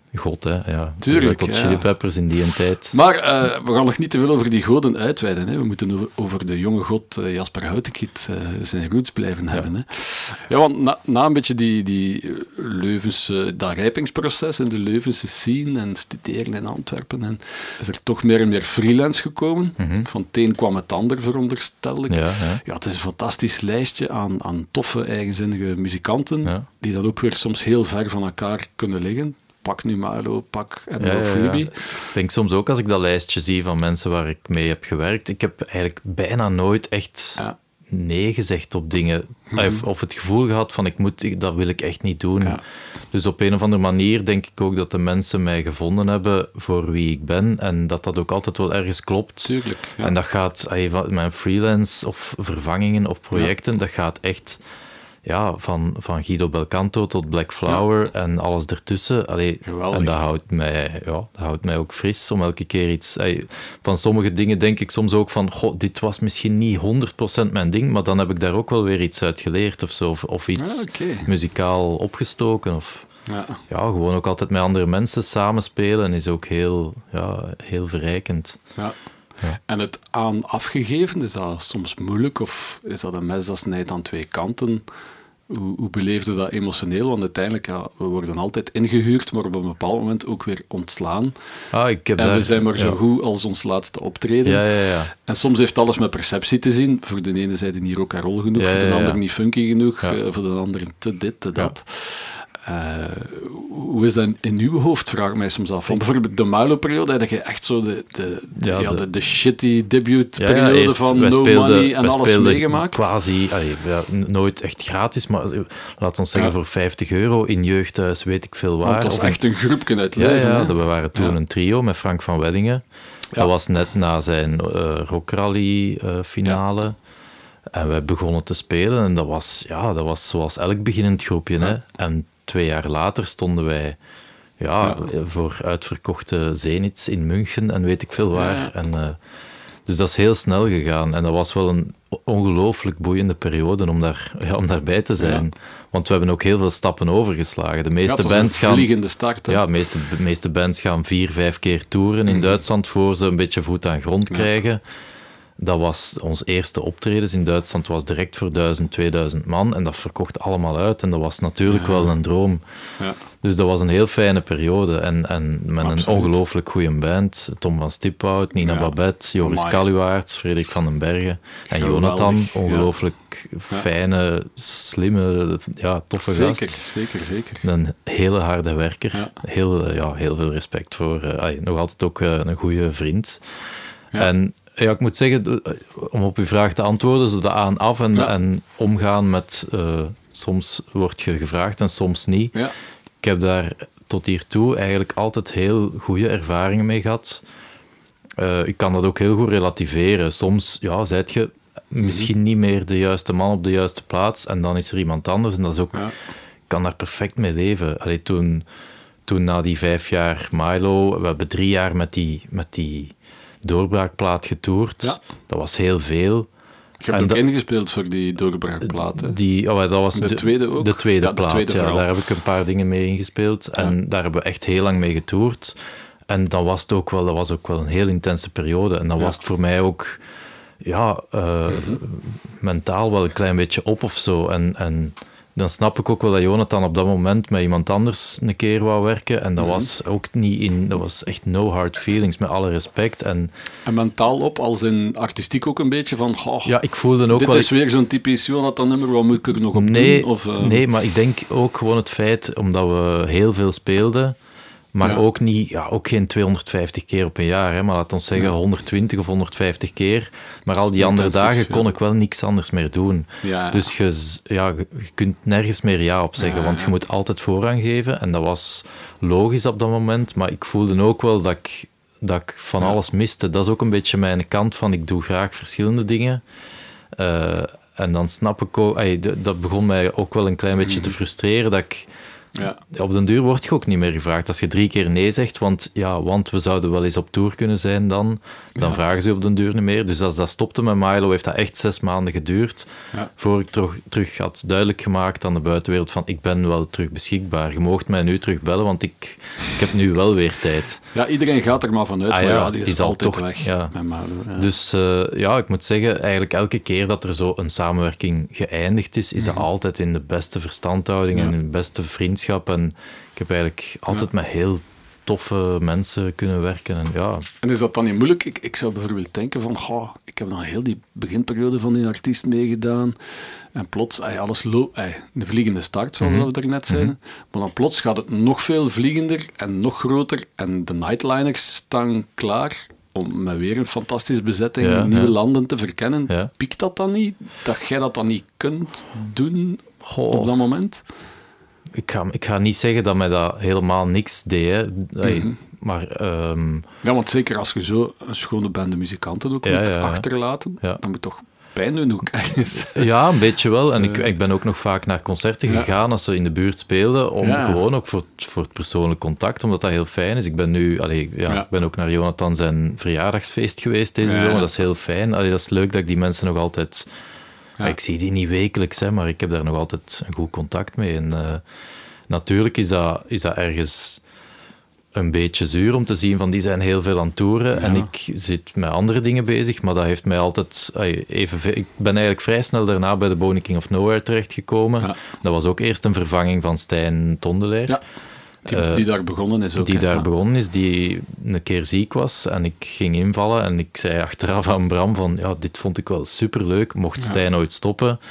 God, hè. Ja. Tuurlijk, tot Chili Peppers in die tijd. Maar we gaan nog niet te veel over die goden uitweiden. Hè. We moeten over de jonge god Jasper Houtekiet zijn roots blijven hebben. Hè. Ja, want na een beetje die Leuvense, dat rijpingsproces in de Leuvense scene en studeren in Antwerpen, en is er toch meer en meer freelance gekomen. Van het een kwam het ander, veronderstel ik. Ja, het is een fantastisch lijstje aan toffe, eigenzinnige muzikanten, die dan ook weer soms heel ver van elkaar kunnen liggen. Pak nu Milo, pak Admiral Freebie. Ik denk soms ook, als ik dat lijstje zie van mensen waar ik mee heb gewerkt, ik heb eigenlijk bijna nooit echt nee gezegd op dingen. Of het gevoel gehad van, dat wil ik echt niet doen. Ja. Dus op een of andere manier denk ik ook dat de mensen mij gevonden hebben voor wie ik ben en dat ook altijd wel ergens klopt. Tuurlijk. Ja. En dat gaat, mijn freelance of vervangingen of projecten, dat gaat echt... Ja, van Guido Belcanto tot Black Flower en alles ertussen. En dat houdt mij ook fris om elke keer iets... Van sommige dingen denk ik soms ook van, dit was misschien niet 100% mijn ding, maar dan heb ik daar ook wel weer iets uit geleerd of zo. Of iets muzikaal opgestoken. Of gewoon ook altijd met andere mensen samenspelen is ook heel verrijkend. Ja. Ja. En het aan-afgegeven, is dat soms moeilijk? Of is dat een mes dat snijdt aan twee kanten? Hoe beleefde dat emotioneel? Want uiteindelijk, we worden altijd ingehuurd, maar op een bepaald moment ook weer ontslaan. We zijn maar zo goed als ons laatste optreden. Ja. En soms heeft alles met perceptie te zien. Voor de ene zijde niet rock and roll genoeg, voor de ander niet funky genoeg, voor de ander te dit, te dat. Hoe is dat in uw hoofd, vraag ik mij soms af. Want bijvoorbeeld de Milo-periode, dat je echt zo de shitty debuutperiode van No Money en alles meegemaakt. Quasi, nooit echt gratis, maar laat ons zeggen voor €50 in jeugdhuis, weet ik veel waar. Want het was echt een groepje uit Leuven. We waren toen een trio met Frank van Weddingen. Dat was net na zijn rockrally finale. En wij begonnen te spelen en dat was zoals elk beginnend groepje. Hè? En 2 jaar later stonden wij voor uitverkochte Zenits in München en weet ik veel waar. En, dus dat is heel snel gegaan. En dat was wel een ongelooflijk boeiende periode om daarbij te zijn. Ja. Want we hebben ook heel veel stappen overgeslagen. De meeste bands gaan... vliegende start. Hè? Ja, de meeste bands gaan 4-5 keer toeren in Duitsland voor ze een beetje voet aan grond krijgen. Dat was ons eerste optredens in Duitsland, was direct voor 1000-2000 man en dat verkocht allemaal uit en dat was natuurlijk wel een droom. Ja. Dus dat was een heel fijne periode en met een ongelooflijk goede band. Tom van Stiphout, Nina Babette, Joris Kaluwaerts, Frederik van den Bergen en Jonathan. Ongelooflijk fijne, slimme, toffe gast. Zeker. Een hele harde werker. Ja. Heel veel respect voor. Nog altijd ook een goede vriend. Ja. En ik moet zeggen, om op uw vraag te antwoorden, zo de aan-af en omgaan met... soms word je gevraagd en soms niet. Ja. Ik heb daar tot hiertoe eigenlijk altijd heel goede ervaringen mee gehad. Ik kan dat ook heel goed relativeren. Soms, zijt je misschien niet meer de juiste man op de juiste plaats en dan is er iemand anders en dat is ook... Ik kan daar perfect mee leven. Allee, toen na die 5 jaar Milo, we hebben 3 jaar met die doorbraakplaat getoerd. Ja. Dat was heel veel. Je hebt ook ingespeeld voor die doorbraakplaat. Dat was de tweede ook? De tweede plaat, daar heb ik een paar dingen mee ingespeeld. En daar hebben we echt heel lang mee getoerd. En dat was ook wel een heel intense periode. En dan was het voor mij ook mentaal wel een klein beetje op of zo. En dan snap ik ook wel dat Jonathan op dat moment met iemand anders een keer wou werken. En dat was ook niet dat was echt no hard feelings, met alle respect. En mentaal op, als in artistiek ook een beetje van... ik voelde ook dit is weer zo'n typisch Jonathan-nummer, wat moet ik er nog op doen? Of, Nee, maar ik denk ook gewoon het feit, omdat we heel veel speelden, maar ook niet, ook geen 250 keer op een jaar, hè, maar laat ons zeggen 120 of 150 keer. Maar al die andere dagen kon ik wel niks anders meer doen. Ja. Dus je kunt nergens meer ja op zeggen, want je moet altijd voorrang geven. En dat was logisch op dat moment, maar ik voelde ook wel dat ik van alles miste. Dat is ook een beetje mijn kant van, ik doe graag verschillende dingen. En dan snap ik ook, dat begon mij ook wel een klein beetje te frustreren, Ja. Op den duur word je ook niet meer gevraagd. Als je 3 keer nee zegt, want we zouden wel eens op tour kunnen zijn dan vragen ze je op den duur niet meer. Dus als dat stopte met Milo, heeft dat echt 6 maanden geduurd voor ik terug had duidelijk gemaakt aan de buitenwereld van ik ben wel terug beschikbaar. Je moogt mij nu terug bellen, want ik heb nu wel weer tijd. Ja, iedereen gaat er maar vanuit die is altijd toch weg met Milo. Ja. Dus ik moet zeggen, eigenlijk elke keer dat er zo een samenwerking geëindigd is dat altijd in de beste verstandhouding en in de beste vriendschap. En ik heb eigenlijk altijd met heel toffe mensen kunnen werken. En is dat dan niet moeilijk? Ik zou bijvoorbeeld denken van, ik heb dan heel die beginperiode van die artiest meegedaan en plots, alles loopt, de vliegende start, zoals we daarnet zeiden, maar dan plots gaat het nog veel vliegender en nog groter en de nightliners staan klaar om met weer een fantastische bezetting nieuwe landen te verkennen. Ja. Piekt dat dan niet? Dat jij dat dan niet kunt doen op dat moment? Ik ga niet zeggen dat mij dat helemaal niks deed. Maar, ja, want zeker als je zo een schone bende muzikanten ook moet achterlaten, dan moet toch pijn doen ook ergens. Ja, een beetje wel. En ik ben ook nog vaak naar concerten gegaan als ze in de buurt speelden, om gewoon ook voor het persoonlijk contact, omdat dat heel fijn is. Ik ben nu, ik ben ook naar Jonathan zijn verjaardagsfeest geweest deze zomer. Dat is heel fijn. Dat is leuk dat ik die mensen nog altijd... Ja. Ik zie die niet wekelijks, maar ik heb daar nog altijd een goed contact mee. En natuurlijk is dat ergens een beetje zuur om te zien van die zijn heel veel aan het toeren en ik zit met andere dingen bezig, maar dat heeft mij altijd evenveel... Ik ben eigenlijk vrij snel daarna bij de Boney King of Nowhere terechtgekomen. Ja. Dat was ook eerst een vervanging van Stijn Tondeleer. Ja. Die daar begonnen is ook. Die daar begonnen is, die een keer ziek was en ik ging invallen en ik zei achteraf aan Bram van dit vond ik wel superleuk, mocht Stijn ooit stoppen,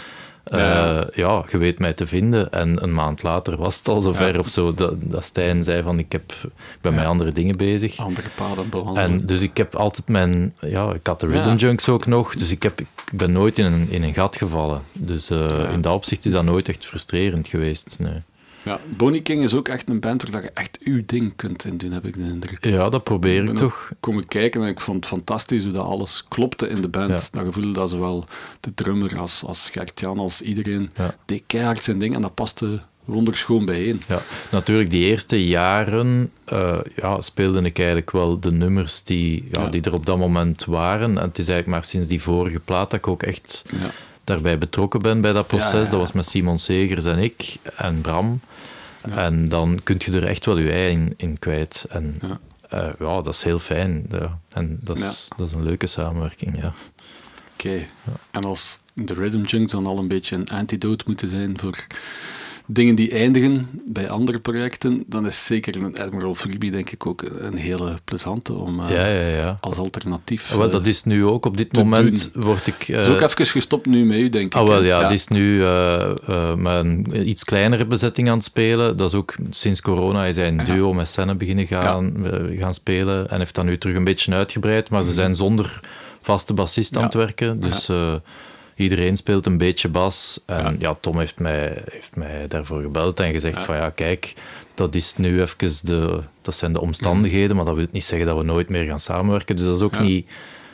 je weet mij te vinden. En een maand later was het al zover of zo, dat Stijn zei van ik ben met andere dingen bezig. Andere paden bewandelen. En dus ik heb altijd ik had de Rhythm Junks ook nog, dus ik ben nooit in een gat gevallen. Dus in dat opzicht is dat nooit echt frustrerend geweest, nee. Ja, Boney King is ook echt een band waar je echt uw ding kunt in doen, heb ik de indruk. Ja, dat probeer ik toch. Ik kom kijken en ik vond het fantastisch hoe dat alles klopte in de band. Dat gevoel dat zowel de drummer als Gert-Jan, als iedereen, deed keihard zijn ding en dat paste wonderschoon bijeen. Ja, natuurlijk, die eerste jaren speelde ik eigenlijk wel de nummers die er op dat moment waren. En het is eigenlijk maar sinds die vorige plaat dat ik ook echt... daarbij betrokken ben bij dat proces. Dat was met Simon Segers en ik en Bram. Ja. En dan kun je er echt wel je ei in kwijt. En dat is heel fijn. Ja. En dat is een leuke samenwerking, ja. Oké. Ja. En als de Rhythm Junks dan al een beetje een antidote moeten zijn voor dingen die eindigen bij andere projecten, dan is zeker een Admiral Freebie denk ik ook een hele plezante om als alternatief dat is nu ook op dit moment doen. Word ik... is ook even gestopt nu mee u, denk ik. Die is nu met een iets kleinere bezetting aan het spelen. Dat is ook sinds corona is hij een duo met Senne beginnen gaan spelen en heeft dat nu terug een beetje uitgebreid, maar ze zijn zonder vaste bassist aan het werken, dus... Iedereen speelt een beetje bas. En Tom heeft mij daarvoor gebeld en gezegd van kijk, dat is nu even dat zijn de omstandigheden, maar dat wil niet zeggen dat we nooit meer gaan samenwerken. Dus dat is ook niet...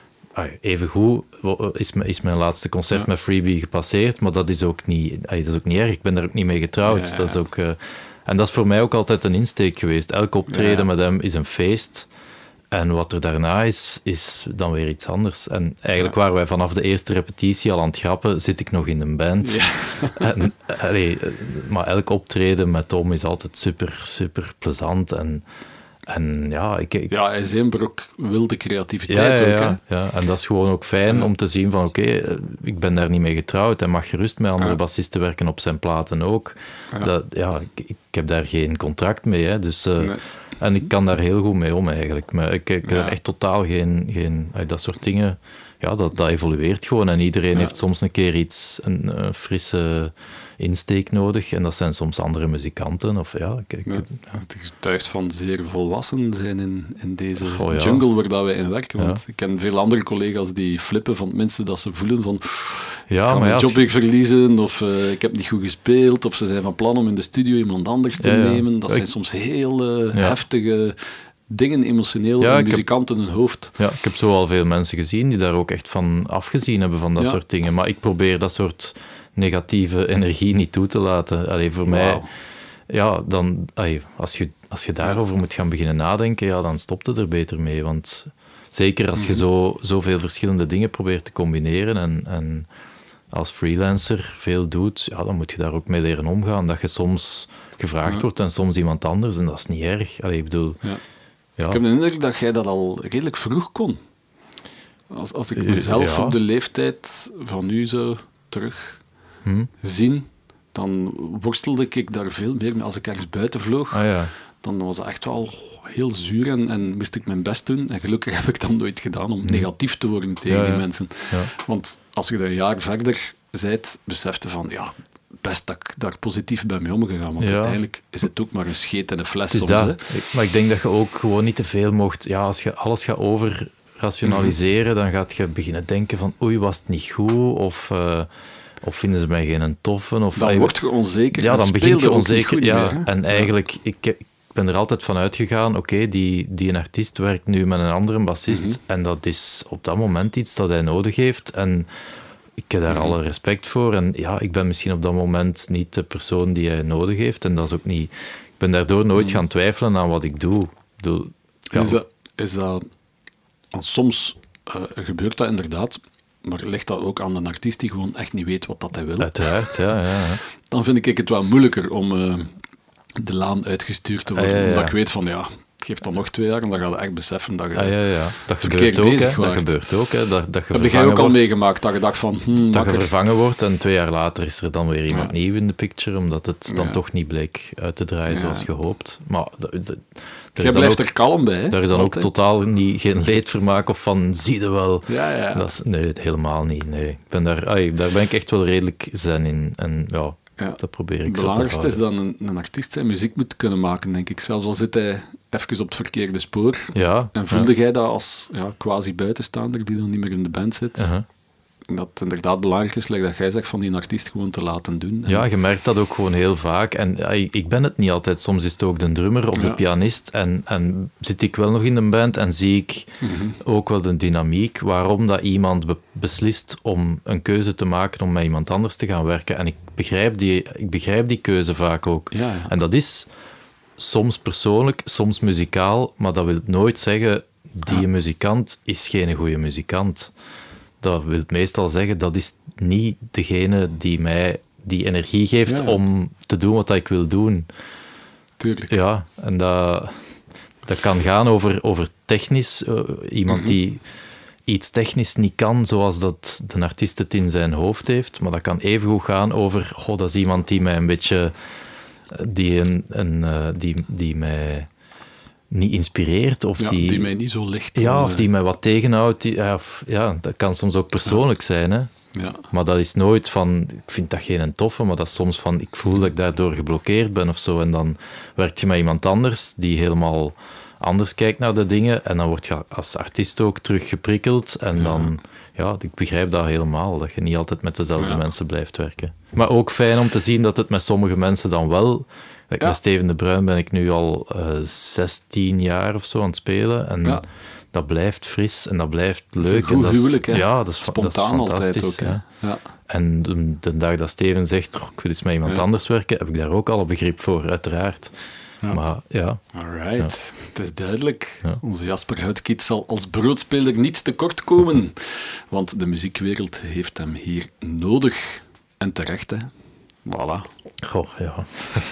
Evengoed is mijn laatste concert met Freebie gepasseerd, maar dat is ook niet erg. Ik ben daar ook niet mee getrouwd. Dat is ook, en dat is voor mij ook altijd een insteek geweest. Elk optreden met hem is een feest. En wat er daarna is dan weer iets anders. En eigenlijk waren wij vanaf de eerste repetitie al aan het grappen, zit ik nog in een band. Ja. Maar elk optreden met Tom is altijd super, super plezant. En hij is een brok wilde creativiteit ook. Hè? Ja, en dat is gewoon ook fijn om te zien van oké, ik ben daar niet mee getrouwd. Hij mag gerust met andere bassisten werken op zijn platen ook. Ik heb daar geen contract mee. Hè, dus... En ik kan daar heel goed mee om, eigenlijk. Maar ik heb echt totaal geen dat soort dingen... Ja, dat evolueert gewoon. En iedereen heeft soms een keer een frisse insteek nodig. En dat zijn soms andere muzikanten. Het getuigt van zeer volwassen zijn in deze jungle waar dat wij in werken. Want ik ken veel andere collega's die flippen van het minste dat ze voelen van... ik ga mijn job verliezen, of ik heb niet goed gespeeld, of ze zijn van plan om in de studio iemand anders te nemen. Dat zijn soms heel heftige... dingen emotioneel in muzikanten hun hoofd. Ja, ik heb zo al veel mensen gezien die daar ook echt van afgezien hebben van dat soort dingen. Maar ik probeer dat soort negatieve energie niet toe te laten. Voor mij... ja, dan, als je daarover moet gaan beginnen nadenken, ja, dan stopt het er beter mee. Want zeker als je zoveel verschillende dingen probeert te combineren en als freelancer veel doet, ja, dan moet je daar ook mee leren omgaan. Dat je soms gevraagd wordt en soms iemand anders, en dat is niet erg. Allee, ik bedoel... Ja. Ja. Ik heb de indruk dat jij dat al redelijk vroeg kon. Als ik mezelf op de leeftijd van u zou terugzien, dan worstelde ik daar veel meer mee. Als ik ergens buiten vloog, dan was het echt wel heel zuur en moest ik mijn best doen. En gelukkig heb ik dat nooit gedaan om negatief te worden tegen die mensen. Ja. Want als je er een jaar verder bent, besefte van, best dat ik daar positief bij mee omgegaan. Want uiteindelijk is het ook maar een scheet en een fles soms. Maar ik denk dat je ook gewoon niet te veel mocht... Ja, als je alles gaat overrationaliseren, dan gaat je beginnen denken van oei, was het niet goed? Of vinden ze mij geen toffe? Of, dan word je onzeker. Ja, dan begint je onzeker. Meer, en eigenlijk... Ik ben er altijd van uitgegaan, oké, die een artiest werkt nu met een andere bassist en dat is op dat moment iets dat hij nodig heeft en ik heb daar alle respect voor en ja, ik ben misschien op dat moment niet de persoon die hij nodig heeft en dat is ook niet... Ik ben daardoor nooit gaan twijfelen aan wat ik doe. Is dat... Soms gebeurt dat inderdaad, maar ligt dat ook aan een artiest die gewoon echt niet weet wat dat hij wil? Uiteraard, ja. Dan vind ik het wel moeilijker om de laan uitgestuurd te worden, omdat ik weet van, geef dan nog 2 jaar en dan ga je echt beseffen dat je Dat gebeurt ook, hè. Dat gebeurt ook, hè. Heb jij ook al meegemaakt dat je dacht van... dat je vervangen wordt en 2 jaar later is er dan weer iemand nieuw in de picture, omdat het dan toch niet bleek uit te draaien zoals gehoopt. Maar... Jij blijft er kalm bij, hè? Daar is dan ook totaal geen leedvermaak of van, zie je wel. Ja. Nee, helemaal niet. Nee. Daar ben ik echt wel redelijk zen in. En dat probeer ik zo te houden. Het belangrijkste is dat een artiest zijn muziek moet kunnen maken, denk ik. Zelfs al zit hij even op het verkeerde spoor. Ja. En voelde jij dat als quasi buitenstaander die dan niet meer in de band zit? Dat het inderdaad belangrijk is, dat jij zegt, van die artiest gewoon te laten doen. Ja, je merkt dat ook gewoon heel vaak. En ik ben het niet altijd. Soms is het ook de drummer of de pianist. En zit ik wel nog in een band en zie ik ook wel de dynamiek. Waarom dat iemand beslist om een keuze te maken om met iemand anders te gaan werken. En ik begrijp die keuze vaak ook. Ja. En dat is soms persoonlijk, soms muzikaal. Maar dat wil nooit zeggen, die muzikant is geen goede muzikant. Dat wil meestal zeggen, dat is niet degene die mij die energie geeft om te doen wat ik wil doen. Tuurlijk. Ja, en dat kan gaan over technisch. Iemand die iets technisch niet kan, zoals dat de artiest het in zijn hoofd heeft. Maar dat kan evengoed gaan over... dat is iemand die mij een beetje... Die mij... niet inspireert. Of die mij niet zo ligt. Of die mij wat tegenhoudt. Dat kan soms ook persoonlijk zijn. Hè? Ja. Maar dat is nooit van, ik vind dat geen toffe, maar dat is soms van, ik voel dat ik daardoor geblokkeerd ben of zo. En dan werk je met iemand anders die helemaal anders kijkt naar de dingen. En dan word je als artiest ook terug geprikkeld. En dan, ik begrijp dat helemaal. Dat je niet altijd met dezelfde mensen blijft werken. Maar ook fijn om te zien dat het met sommige mensen dan wel... Met Steven de Bruin ben ik nu al 16 jaar of zo aan het spelen. En dat blijft fris en dat blijft leuk. Dat is een goed huwelijk, hè? Ja, dat is spontaan dat is altijd ook. Hè? Ja. En de dag dat Steven zegt, ik wil eens met iemand anders werken, heb ik daar ook alle begrip voor, uiteraard. Ja. Maar Alright, het is duidelijk. Ja. Onze Jasper Houtkiet zal als broodspeler niets tekort komen. Want de muziekwereld heeft hem hier nodig. En terecht, hè. Voilà. Goh, ja.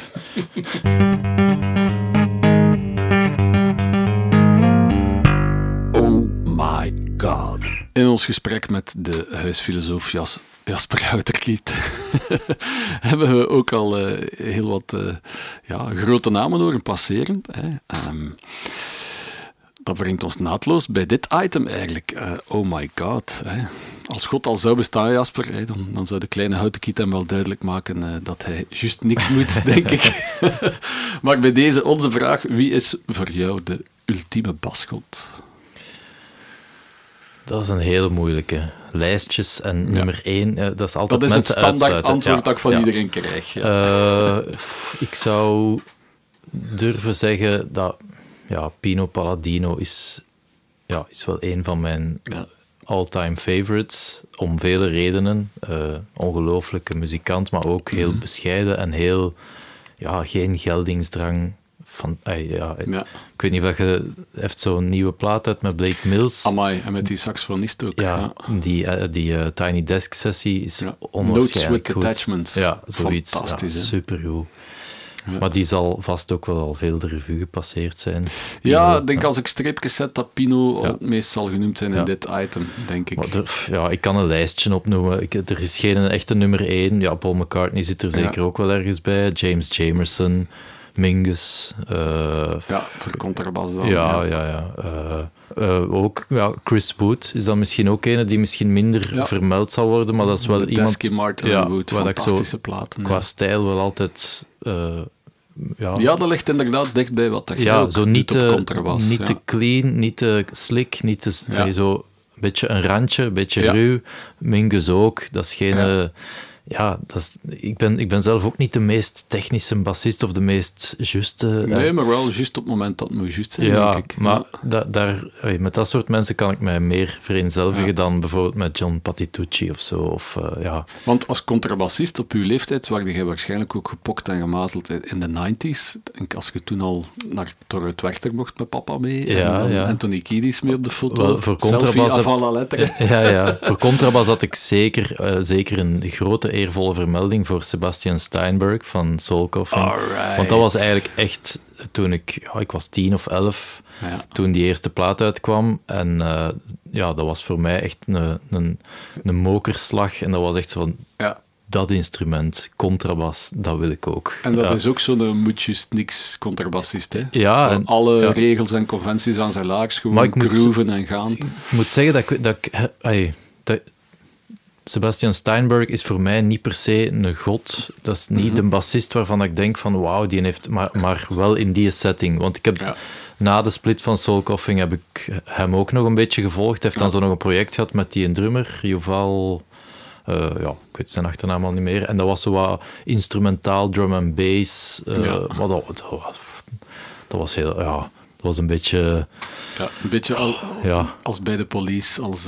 Oh my god. In ons gesprek met de huisfilosoof Jasper Houtkiet hebben we ook al heel wat grote namen horen passeren. Hè. Dat brengt ons naadloos bij dit item eigenlijk. Oh my god. Hè. Als God al zou bestaan, Jasper, hè, dan zou de kleine Houtkiet hem wel duidelijk maken dat hij juist niks moet, denk ik. Maar bij deze onze vraag, wie is voor jou de ultieme basgod? Dat is een hele moeilijke. Lijstjes en nummer 1, dat is altijd dat is mensen het standaard antwoord dat ik van iedereen krijg. Ik zou durven zeggen dat Pino Palladino is wel een van mijn all-time favorites, om vele redenen. Ongelooflijke muzikant, maar ook heel bescheiden en heel geen geldingsdrang. Ik weet niet of je heeft zo'n nieuwe plaat uit met Blake Mills. Amai, en met die saxofonist ook. Ja. Die Tiny Desk sessie is onwaarschijnlijk Notes with Attachments. Ja, zoiets. Fantastisch. Ja, supergoed. Ja. Maar die zal vast ook wel al veel de revue gepasseerd zijn. Ja, ik denk als ik streepjes zet dat Pino het meest zal genoemd zijn in dit item, denk ik. Ik kan een lijstje opnoemen. Er is geen echte nummer 1. Ja, Paul McCartney zit er zeker ook wel ergens bij. James Jamerson, Mingus. Voor contrabas dan. Ook Chris Wood is dan misschien ook een die misschien minder vermeld zal worden, maar dat is wel iemand... Desky Martin Wood, fantastische platen. Qua stijl wel altijd... dat ligt inderdaad dicht bij wat dat je ook zo niet op contrabas. Niet te clean, niet te slick, niet te... Zo een beetje een randje, een beetje ruw. Mingus ook, dat is geen... ik ben zelf ook niet de meest technische bassist of de meest juiste... Nee, maar wel juist op het moment dat het moet juist zijn, denk ik. Maar met dat soort mensen kan ik mij meer vereenzelvigen dan bijvoorbeeld met John Patitucci of zo. Want als contrabassist op uw leeftijd werd je waarschijnlijk ook gepokt en gemazeld in de 90s. Als je toen al naar Torre Werchter mocht met papa mee en Anthony Kiedis mee op de foto. Wel, voor contrabas selfie la lettre. Voor contrabas had ik zeker een grote eervolle vermelding voor Sebastian Steinberg van Soul Coughing. Alright. Want dat was eigenlijk echt toen ik was 10 of 11 toen die eerste plaat uitkwam en dat was voor mij echt een mokerslag en dat was echt zo van dat instrument, contrabas, dat wil ik ook. En dat is ook zo'n moetjes niks contrabassist, hè? Ja. En alle regels en conventies aan zijn laars, gewoon grooven en gaan. Ik moet zeggen dat Sebastian Steinberg is voor mij niet per se een god. Dat is niet een bassist waarvan ik denk van wauw, die heeft... Maar wel in die setting. Want ik heb na de split van Soul Coughing heb ik hem ook nog een beetje gevolgd. Hij heeft dan zo nog een project gehad met die drummer, Yuval... ik weet zijn achternaam al niet meer. En dat was zo wat instrumentaal, drum and bass. Maar dat was heel... Dat was een beetje... Ja, een beetje als bij de Police. Als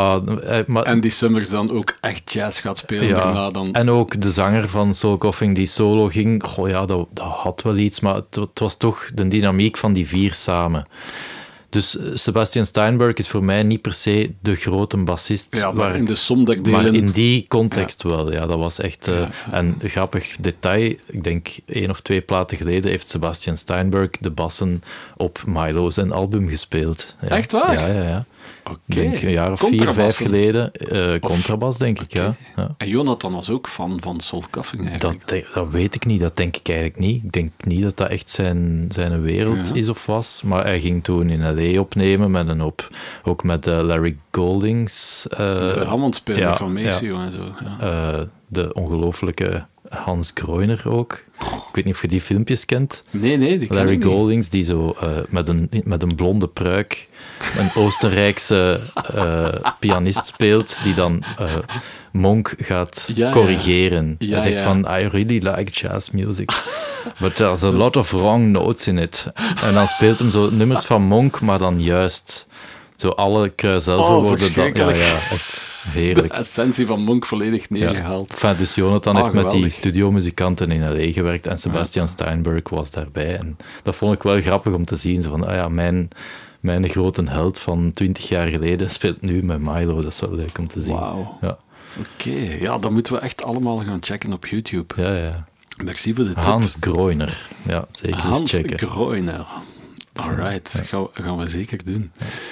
Andy Summers dan ook echt jazz gaat spelen. Daarna dan... En ook de zanger van Soul Coughing die solo ging. Dat had wel iets, maar het was toch de dynamiek van die 4 samen. Dus Sebastian Steinberg is voor mij niet per se de grote bassist. Ja, maar in de som der delen... Maar in die context wel, ja. Dat was echt... En een grappig detail, ik denk 1 of 2 platen geleden heeft Sebastian Steinberg de bassen op Milo zijn album gespeeld. Ja. Echt waar? Ja. Oké. Denk een jaar of 4, 5 geleden. Contrabas, denk ik, ja. En Jonathan was ook fan van Soul Coughing eigenlijk. Dat weet ik niet, dat denk ik eigenlijk niet. Ik denk niet dat echt zijn wereld is of was. Maar hij ging toen in L.A. opnemen, ook met Larry Goldings. De Hammond-speler van Maceo en zo. Ja. De ongelooflijke Hans Groener ook. Ik weet niet of je die filmpjes kent. Nee, die ken ik niet. Larry Goldings, die zo met een blonde pruik een Oostenrijkse pianist speelt, die dan Monk gaat corrigeren. Hij zegt van, I really like jazz music, but there's a lot of wrong notes in it. En dan speelt hem zo nummers van Monk, maar dan juist... Zo alle kruiselven worden dan... Ja, echt heerlijk. De essentie van Monk volledig neergehaald. Ja. Dus Jonathan heeft met die studiomuzikanten in L.A. gewerkt en Sebastian Steinberg was daarbij. En dat vond ik wel grappig om te zien. Zo van, mijn grote held van 20 jaar geleden speelt nu met Milo. Dat is wel leuk om te zien. Wauw. Ja. Oké, dan moeten we echt allemaal gaan checken op YouTube. Ja. Merci voor de tip. Hans Groener. Ja, zeker eens checken. Hans Groener. Alright, gaan we zeker doen.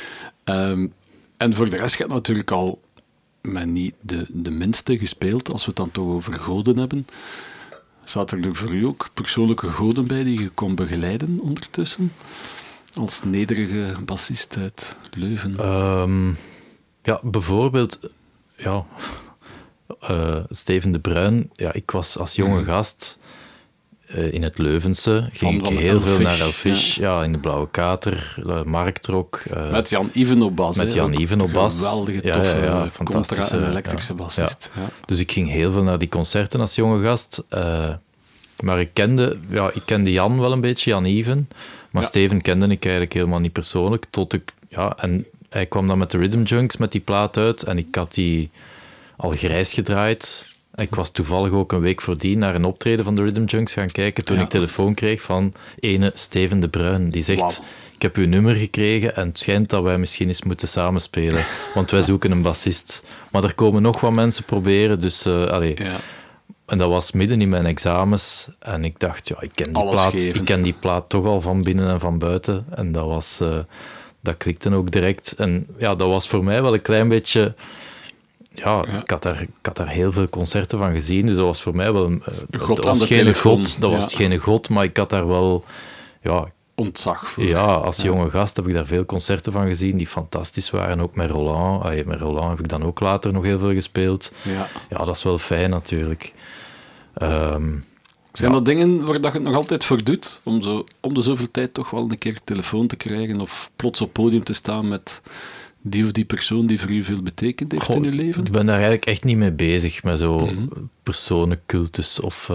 En voor de rest gaat natuurlijk al met niet de minste gespeeld, als we het dan toch over goden hebben. Zaten er voor u ook persoonlijke goden bij die je kon begeleiden ondertussen? Als nederige bassist uit Leuven? Bijvoorbeeld... Steven de Bruin. Ja, ik was als jonge gast... in het Leuvense ging ik heel veel naar Elfish, in de Blauwe Kater, Marktrok. Met Jan Iven op bas. Met Jan Iven op bas. Geweldige, toffe, fantastische en elektrische bassist. Ja. Dus ik ging heel veel naar die concerten als jonge gast. Maar ik kende Jan wel een beetje, Jan Iven. Maar Steven kende ik eigenlijk helemaal niet persoonlijk. En hij kwam dan met de Rhythm Junks met die plaat uit. En ik had die al grijs gedraaid. Ik was toevallig ook een week voordien naar een optreden van de Rhythm Junks gaan kijken toen ik telefoon kreeg van ene Steven de Bruin. Die zegt, ik heb uw nummer gekregen en het schijnt dat wij misschien eens moeten samenspelen, want wij zoeken een bassist. Maar er komen nog wat mensen proberen, dus En dat was midden in mijn examens en ik dacht, ik ken die plaat toch al van binnen en van buiten. En dat klikte ook direct. En ja, dat was voor mij wel een klein beetje... Ja, ik had daar heel veel concerten van gezien, dus dat was voor mij wel dat was geen god, maar ik had daar wel ontzag voor. Ja, als jonge gast heb ik daar veel concerten van gezien die fantastisch waren, ook met Roland. Met Roland heb ik dan ook later nog heel veel gespeeld. Ja, dat is wel fijn natuurlijk. Zijn dat dingen waar dat je het nog altijd voor doet, om de zoveel tijd toch wel een keer telefoon te krijgen of plots op podium te staan met die of die persoon die voor u veel betekend heeft in uw leven? Ik ben daar eigenlijk echt niet mee bezig, met zo'n personencultus of...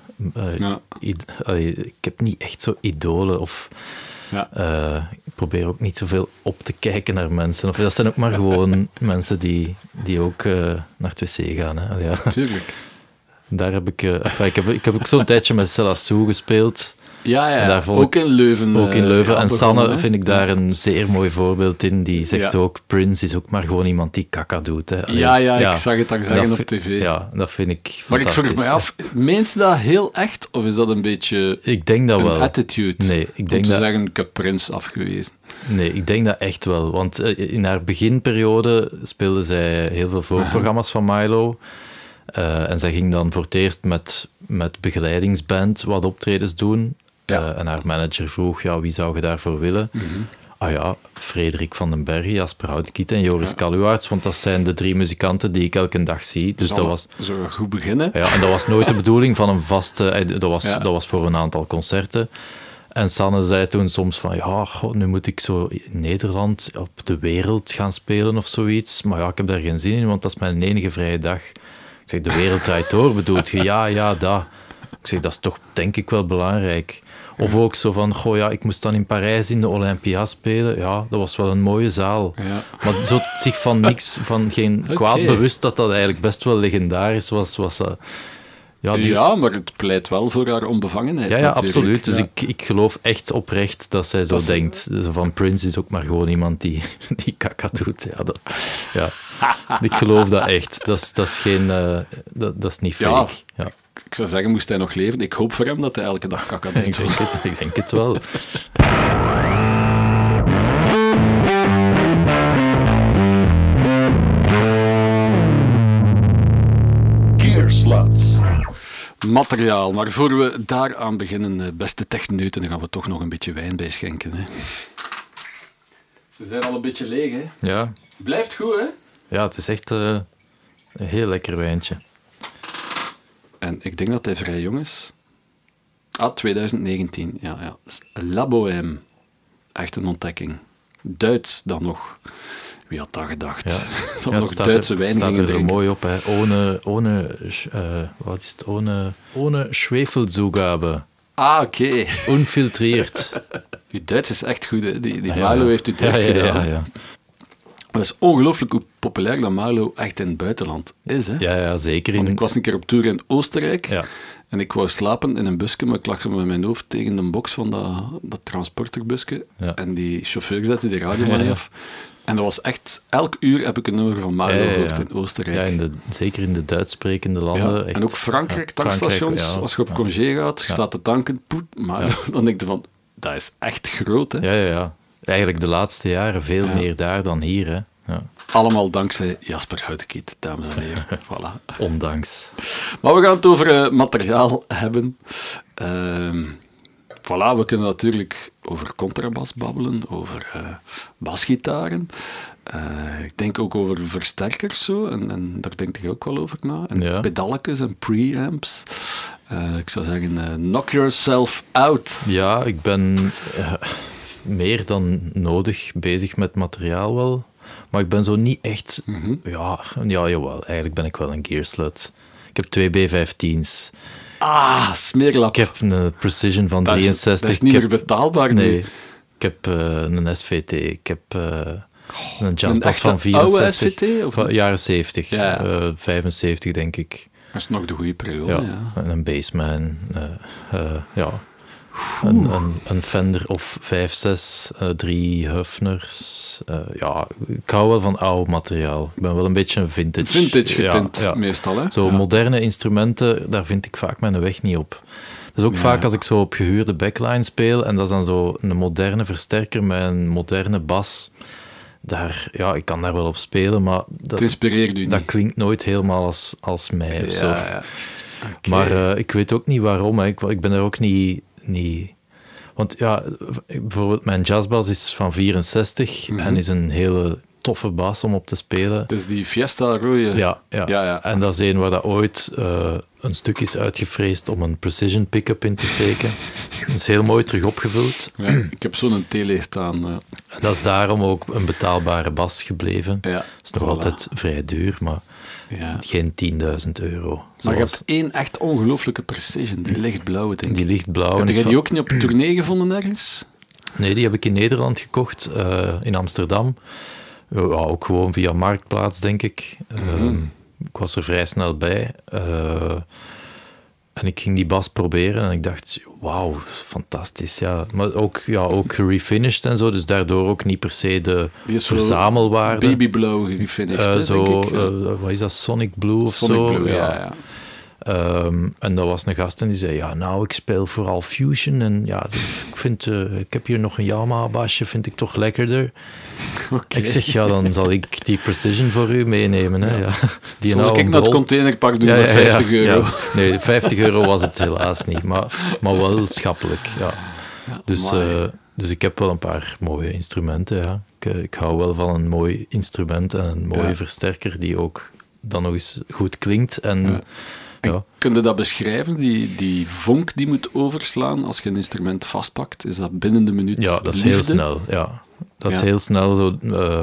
ik heb niet echt zo idolen of... ik probeer ook niet zoveel op te kijken naar mensen. Of dat zijn ook maar gewoon mensen die ook naar het wc gaan. Hè. Tuurlijk. Daar heb ik heb ook zo'n tijdje met Celassou gespeeld. Ja. Ook in Leuven. Ook in Leuven. En Sanne vind ik daar een zeer mooi voorbeeld in. Die zegt ook, Prince is ook maar gewoon iemand die kaka doet. Hè. Ik zag het dan zeggen op tv. Ja, dat vind ik fantastisch. Maar ik vroeg mij af, meent ze dat heel echt? Of is dat een beetje ik denk dat wel. attitude? Nee, ik denk om te zeggen, ik heb Prince afgewezen. Nee, ik denk dat echt wel. Want in haar beginperiode speelde zij heel veel voorprogramma's van Milo. En zij ging dan voor het eerst met begeleidingsband wat optredens doen. En haar manager vroeg, wie zou je daarvoor willen? Frederik van den Berg, Jasper Houtkiet en Joris Kaluwaerts, want dat zijn de 3 muzikanten die ik elke dag zie. Dus dat was zo goed beginnen. Ja, en dat was nooit de bedoeling van een vaste... Dat was voor een aantal concerten. En Sanne zei toen soms van, nu moet ik zo in Nederland op de wereld gaan spelen of zoiets. Maar ik heb daar geen zin in, want dat is mijn enige vrije dag. Ik zeg, de wereld draait door, bedoelt je? Ja, dat. Ik zeg, dat is toch denk ik wel belangrijk. Of ook zo van, ik moest dan in Parijs in de Olympia spelen. Ja, dat was wel een mooie zaal. Ja. Maar zo zich van niks, van geen kwaad bewust dat eigenlijk best wel legendarisch was. Maar het pleit wel voor haar onbevangenheid. Ja, absoluut. Dus ik geloof echt oprecht dat zij zo denkt. Van Prince is ook maar gewoon iemand die kaka doet. Ik geloof dat echt. Dat is geen... dat is niet fake. Ja. Ik zou zeggen, moest hij nog leven? Ik hoop voor hem dat hij elke dag kaka doet. Ik denk het wel. Gearsluts. Materiaal. Maar voor we daaraan beginnen, beste techneuten, dan gaan we toch nog een beetje wijn bij schenken. Hè. Ze zijn al een beetje leeg, hè? Ja. Blijft goed, hè? Ja, het is echt een heel lekker wijntje. En ik denk dat hij vrij jong is. 2019. Ja. La Bohème. Echt een ontdekking. Duits dan nog. Wie had dat gedacht? Ja. Dat we nog Duitse wijn gingen drinken. Staat er mooi op, hè. Ohne Schwefelzugabe. Oké. Unfiltriert. Die Duits is echt goed, hè. Die Milo heeft u Duits gedaan. Ja. Maar het is ongelooflijk hoe populair dat Milo echt in het buitenland is. Hè? Ja, zeker. Want ik was een keer op tour in Oostenrijk en ik wou slapen in een busje, maar ik lag met mijn hoofd tegen de box van dat transporterbusje en die chauffeur zette de radio maar niet af. En dat was echt... Elk uur heb ik een nummer van Milo gehoord in Oostenrijk. Ja, zeker in de Duits sprekende landen. Ja. Echt. En ook Frankrijk, tankstations. Als je op congé gaat, je staat te tanken, Milo. Dan denk je van, dat is echt groot, hè? Ja. Eigenlijk de laatste jaren veel meer daar dan hier, hè. Ja. Allemaal dankzij Jasper Houtkiet, dames en heren. Voilà. Ondanks. Maar we gaan het over materiaal hebben. We kunnen natuurlijk over contrabas babbelen, over basgitaren. Ik denk ook over versterkers zo, en daar denk ik ook wel over na. En pedalletjes en preamps. Ik zou zeggen, knock yourself out. Ja, ik ben meer dan nodig bezig met materiaal wel. Maar ik ben zo niet echt... Jawel. Eigenlijk ben ik wel een gearslut. Ik heb 2 B15's. Smeerlap. Ik heb een Precision van 63. Dat is niet meer betaalbaar nu. Nee. Ik heb een SVT. Ik heb een Jazzbass van 64. Oude SVT? Of jaren 70. 75, denk ik. Dat is nog de goede periode, En een Bassman, een Fender of 5-6, 3 Hufners. Ik hou wel van oud materiaal. Ik ben wel een beetje een vintage. Vintage getint, meestal, hè? Zo moderne instrumenten, daar vind ik vaak mijn weg niet op. Dat is ook vaak als ik zo op gehuurde backline speel en dat is dan zo een moderne versterker met een moderne bas. Ik kan daar wel op spelen, maar het inspireert u niet. Dat klinkt nooit helemaal als mij of zo. Ja. Okay. Maar ik weet ook niet waarom. Hè. Ik ben er ook niet... Want bijvoorbeeld mijn jazzbas is van 64 en is een hele toffe bas om op te spelen. Dus die Fiesta rode... Ja. En dat is een waar dat ooit een stuk is uitgefreesd om een precision pick-up in te steken. Dat is heel mooi terug opgevuld. Ja, ik heb zo'n tele staan. En dat is daarom ook een betaalbare bas gebleven. Ja, het is nog altijd vrij duur, maar geen €10.000. Maar je hebt één echt ongelooflijke precision, die lichtblauwe, denk ik. Die lichtblauwe. Heb je die ook niet op tournee gevonden ergens? Nee, die heb ik in Nederland gekocht, in Amsterdam. Ook gewoon via Marktplaats, denk ik. Ik was er vrij snel bij. En ik ging die bas proberen en ik dacht, wauw, fantastisch. Ja. Maar ook gerefinished en zo, dus daardoor ook niet per se de verzamelwaarde. Babyblauw gerefinished, denk ik. Wat is dat, Sonic Blue of Sonic zo? Blue, ja. En dat was een gast en die zei, ik speel vooral fusion en ik heb hier nog een Yamaha-basje, vind ik toch lekkerder. Okay. Ik zeg, dan zal ik die precision voor u meenemen. Hè. Ja. Die zal ik naar het containerpark doen voor €50. Ja. Nee, €50 was het helaas niet, maar wel schappelijk. Ja. Dus ik heb wel een paar mooie instrumenten. Ja. Ik hou wel van een mooi instrument en een mooie versterker die ook dan nog eens goed klinkt. En kun je dat beschrijven, die vonk die moet overslaan als je een instrument vastpakt? Is dat binnen de minuut? Ja, dat is heel snel. Ja. Dat is heel snel zo.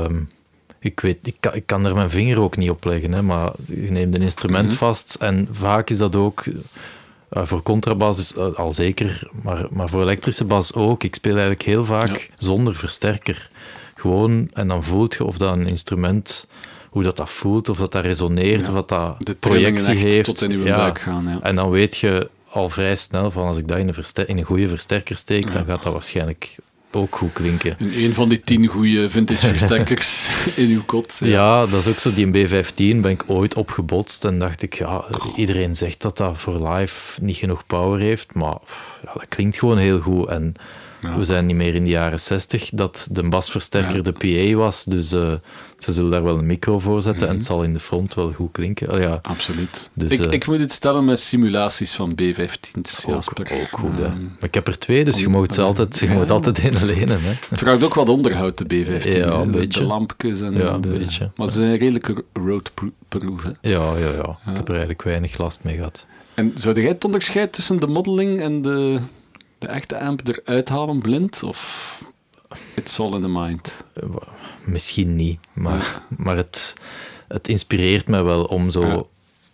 Ik kan er mijn vinger ook niet op leggen, hè, maar je neemt een instrument vast en vaak is dat ook. Voor contrabas is al zeker, maar voor elektrische bas ook. Ik speel eigenlijk heel vaak zonder versterker. Gewoon, en dan voelt je of dat een instrument, hoe dat voelt, of dat resoneert, of dat de projectie heeft. Tot in uw buik gaan. Ja. En dan weet je al vrij snel van, als ik dat in een goede versterker steek, dan gaat dat waarschijnlijk ook goed klinken. In een van die 10 goede vintage versterkers in uw kot. Ja, dat is ook zo. Die B15 ben ik ooit opgebotst en dacht ik, iedereen zegt dat voor live niet genoeg power heeft, maar dat klinkt gewoon heel goed. En we zijn niet meer in de jaren 60 dat de basversterker de PA was, dus ze zullen daar wel een micro voor zetten en het zal in de front wel goed klinken. Absoluut. Dus, ik moet het stellen met simulaties van B15's. Ook goed, hè. Maar ik heb er 2, dus je moet altijd een lenen. Hè. Het vraagt ook wat onderhoud, de B15. Ja, een beetje. De lampjes en een beetje. Maar ze zijn redelijk roadproof. Ja. Ik heb er eigenlijk weinig last mee gehad. En zou jij het onderscheid tussen de modeling en de echte amp eruit halen blind? Of it's all in the mind? Misschien niet, maar het inspireert me wel om zo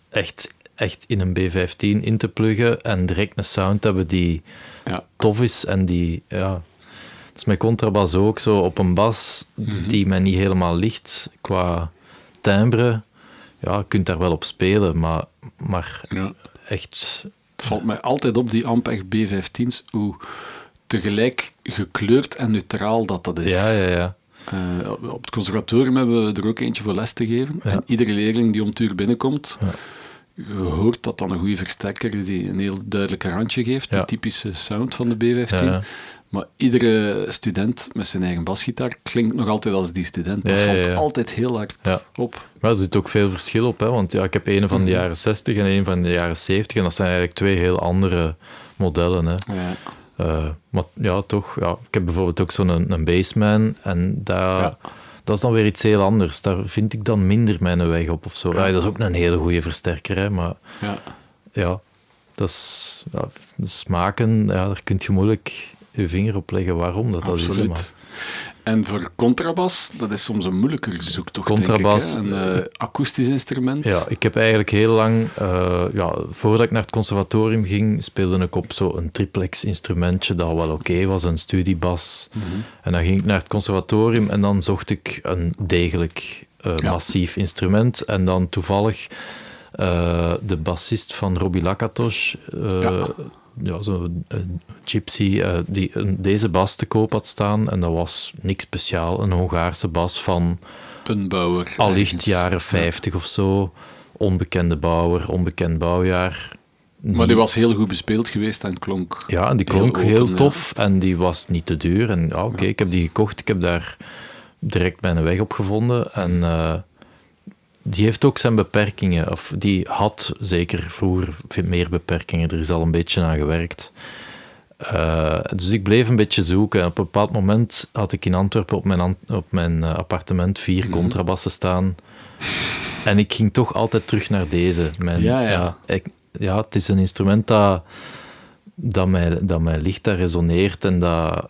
echt in een B15 in te pluggen en direct een sound te hebben die tof is en die... Ja, dat is met contrabas ook zo, op een bas die mij niet helemaal ligt qua timbre. Ja, je kunt daar wel op spelen, maar echt... Het valt mij altijd op, die amp echt B15's, hoe tegelijk gekleurd en neutraal dat is. Ja. Op het conservatorium hebben we er ook eentje voor les te geven. Ja. En iedere leerling die om het uur binnenkomt, je hoort dat dan een goede versterker is die een heel duidelijk randje geeft, die typische sound van de B15. Ja. Maar iedere student met zijn eigen basgitaar klinkt nog altijd als die student. Dat valt altijd heel hard op. Maar er zit ook veel verschil op, hè? Want ik heb een van de jaren 60 en een van de jaren 70 en dat zijn eigenlijk 2 heel andere modellen. Hè. Maar toch. Ja. Ik heb bijvoorbeeld ook zo'n Bassman en dat is dan weer iets heel anders. Daar vind ik dan minder mijn weg op of zo. Ja, dat is ook een hele goede versterker, hè, maar dat is de smaken, daar kun je moeilijk je vinger op leggen waarom dat is. Maar. En voor contrabas, dat is soms een moeilijker zoektocht, contrabas, denk ik. Een akoestisch instrument. Ja, ik heb eigenlijk heel lang, voordat ik naar het conservatorium ging, speelde ik op zo'n triplex instrumentje dat wel oké was, een studiebas. En dan ging ik naar het conservatorium en dan zocht ik een degelijk massief instrument. En dan toevallig De bassist van Robbie Lakatos, zo'n gypsy, die deze bas te koop had staan. En dat was niks speciaal. Een Hongaarse bas van een bouwer. Allicht jaren 50 of zo. Onbekende bouwer, onbekend bouwjaar. Maar die was heel goed bespeeld geweest en klonk... Ja, en die klonk heel tof en die was niet te duur. En ik heb die gekocht. Ik heb daar direct mijn weg op gevonden. En die heeft ook zijn beperkingen. Of die had zeker vroeger meer beperkingen. Er is al een beetje aan gewerkt. Dus ik bleef een beetje zoeken. En op een bepaald moment had ik in Antwerpen op mijn appartement 4 contrabassen staan. En ik ging toch altijd terug naar deze. Het is een instrument dat mij ligt, dat resoneert en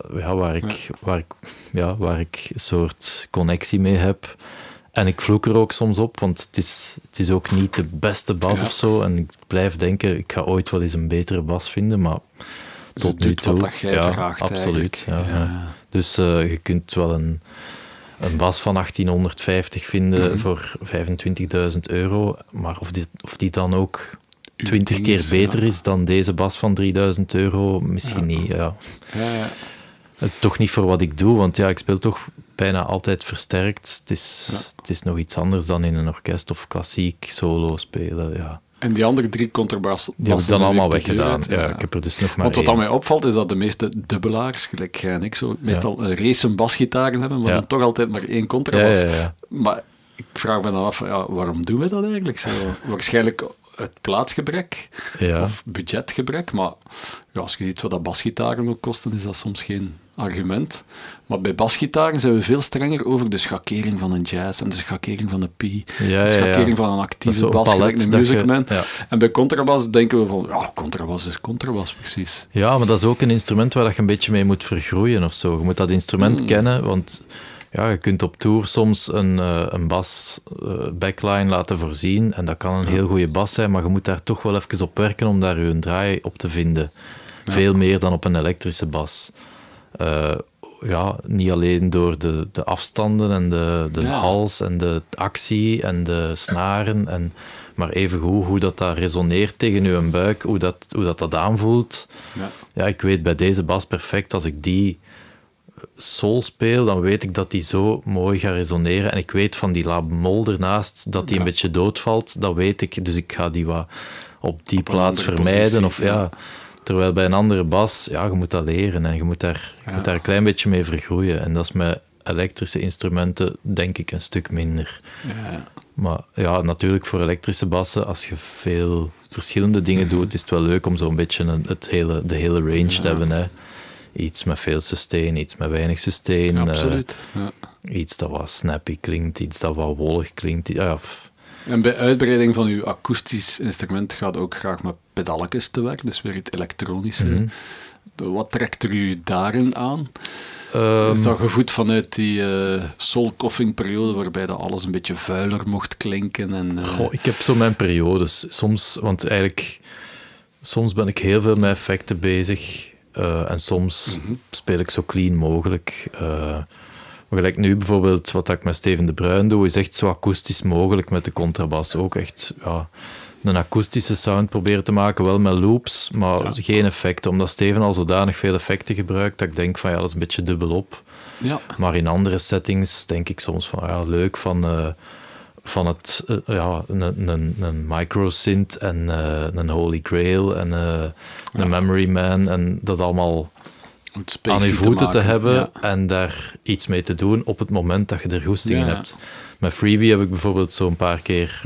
waar ik een soort connectie mee heb. En ik vloek er ook soms op, want het is ook niet de beste bas of zo. En ik blijf denken, ik ga ooit wel eens een betere bas vinden, maar tot nu toe... wat jij vraagt, absoluut. Ja. Dus je kunt wel een bas van 1850 vinden voor €25.000, maar of die dan ook 20 keer beter is dan deze bas van €3.000, misschien niet. Ja. Toch niet voor wat ik doe, want ik speel toch bijna altijd versterkt. Het is nog iets anders dan in een orkest of klassiek solo spelen. Ja. En die andere 3 contrabassen... Die heb ik dan allemaal weggedaan. Ja, ik heb er dus nog maar Want wat aan mij opvalt, is dat de meeste dubbelaars, gelijk jij en ik, zo, meestal een race basgitaren hebben, maar dan toch altijd maar 1 contrabas. Ja. Maar ik vraag me dan af, waarom doen we dat eigenlijk zo? Waarschijnlijk het plaatsgebrek of budgetgebrek, maar als je ziet wat dat basgitaren ook kosten, is dat soms geen argument. Maar bij basgitaren zijn we veel strenger over de schakering van een jazz en de schakering van een P, de schakering van een actieve bas, gelijk een Music Man. En bij contrabas denken we van, contrabas is contrabas, precies. Ja, maar dat is ook een instrument waar je een beetje mee moet vergroeien of zo. Je moet dat instrument kennen, want... Ja, je kunt op tour soms een bas backline laten voorzien en dat kan een heel goede bas zijn, maar je moet daar toch wel even op werken om daar je draai op te vinden. Veel meer dan op een elektrische bas. Niet alleen door de afstanden en de hals en de actie en de snaren, maar evengoed hoe dat resoneert tegen je buik, hoe dat aanvoelt. Ja, ik weet bij deze bas perfect, als ik die sol speel, dan weet ik dat die zo mooi gaat resoneren. En ik weet van die la mol ernaast dat die een beetje doodvalt. Dat weet ik. Dus ik ga die wat op die plaats vermijden. Positie, terwijl bij een andere bas, je moet dat leren. En je moet daar een klein beetje mee vergroeien. En dat is met elektrische instrumenten, denk ik, een stuk minder. Maar natuurlijk voor elektrische bassen, als je veel verschillende dingen doet, is het wel leuk om zo'n beetje de hele range te hebben, hè. Iets met veel sustain, iets met weinig sustain. Absoluut. Iets dat wat snappy klinkt, iets dat wat wollig klinkt. En bij uitbreiding van uw akoestisch instrument gaat ook graag met pedalletjes te werk, dus weer het elektronische. Wat trekt er u daarin aan? Is dat gevoed vanuit die soul-coughing-periode waarbij dat alles een beetje vuiler mocht klinken? Ik heb zo mijn periodes. Want eigenlijk, soms ben ik heel veel met effecten bezig. En soms speel ik zo clean mogelijk. Maar gelijk nu bijvoorbeeld, wat ik met Steven de Bruin doe, is echt zo akoestisch mogelijk met de contrabas. Ook echt een akoestische sound proberen te maken, wel met loops, maar geen effecten. Omdat Steven al zodanig veel effecten gebruikt, dat ik denk van dat is een beetje dubbelop. Ja. Maar in andere settings denk ik soms van leuk van het, een micro-synth en een Holy Grail en een Memory Man en dat allemaal aan je voeten te hebben en daar iets mee te doen op het moment dat je er goesting in hebt. Met Freebie heb ik bijvoorbeeld zo'n paar keer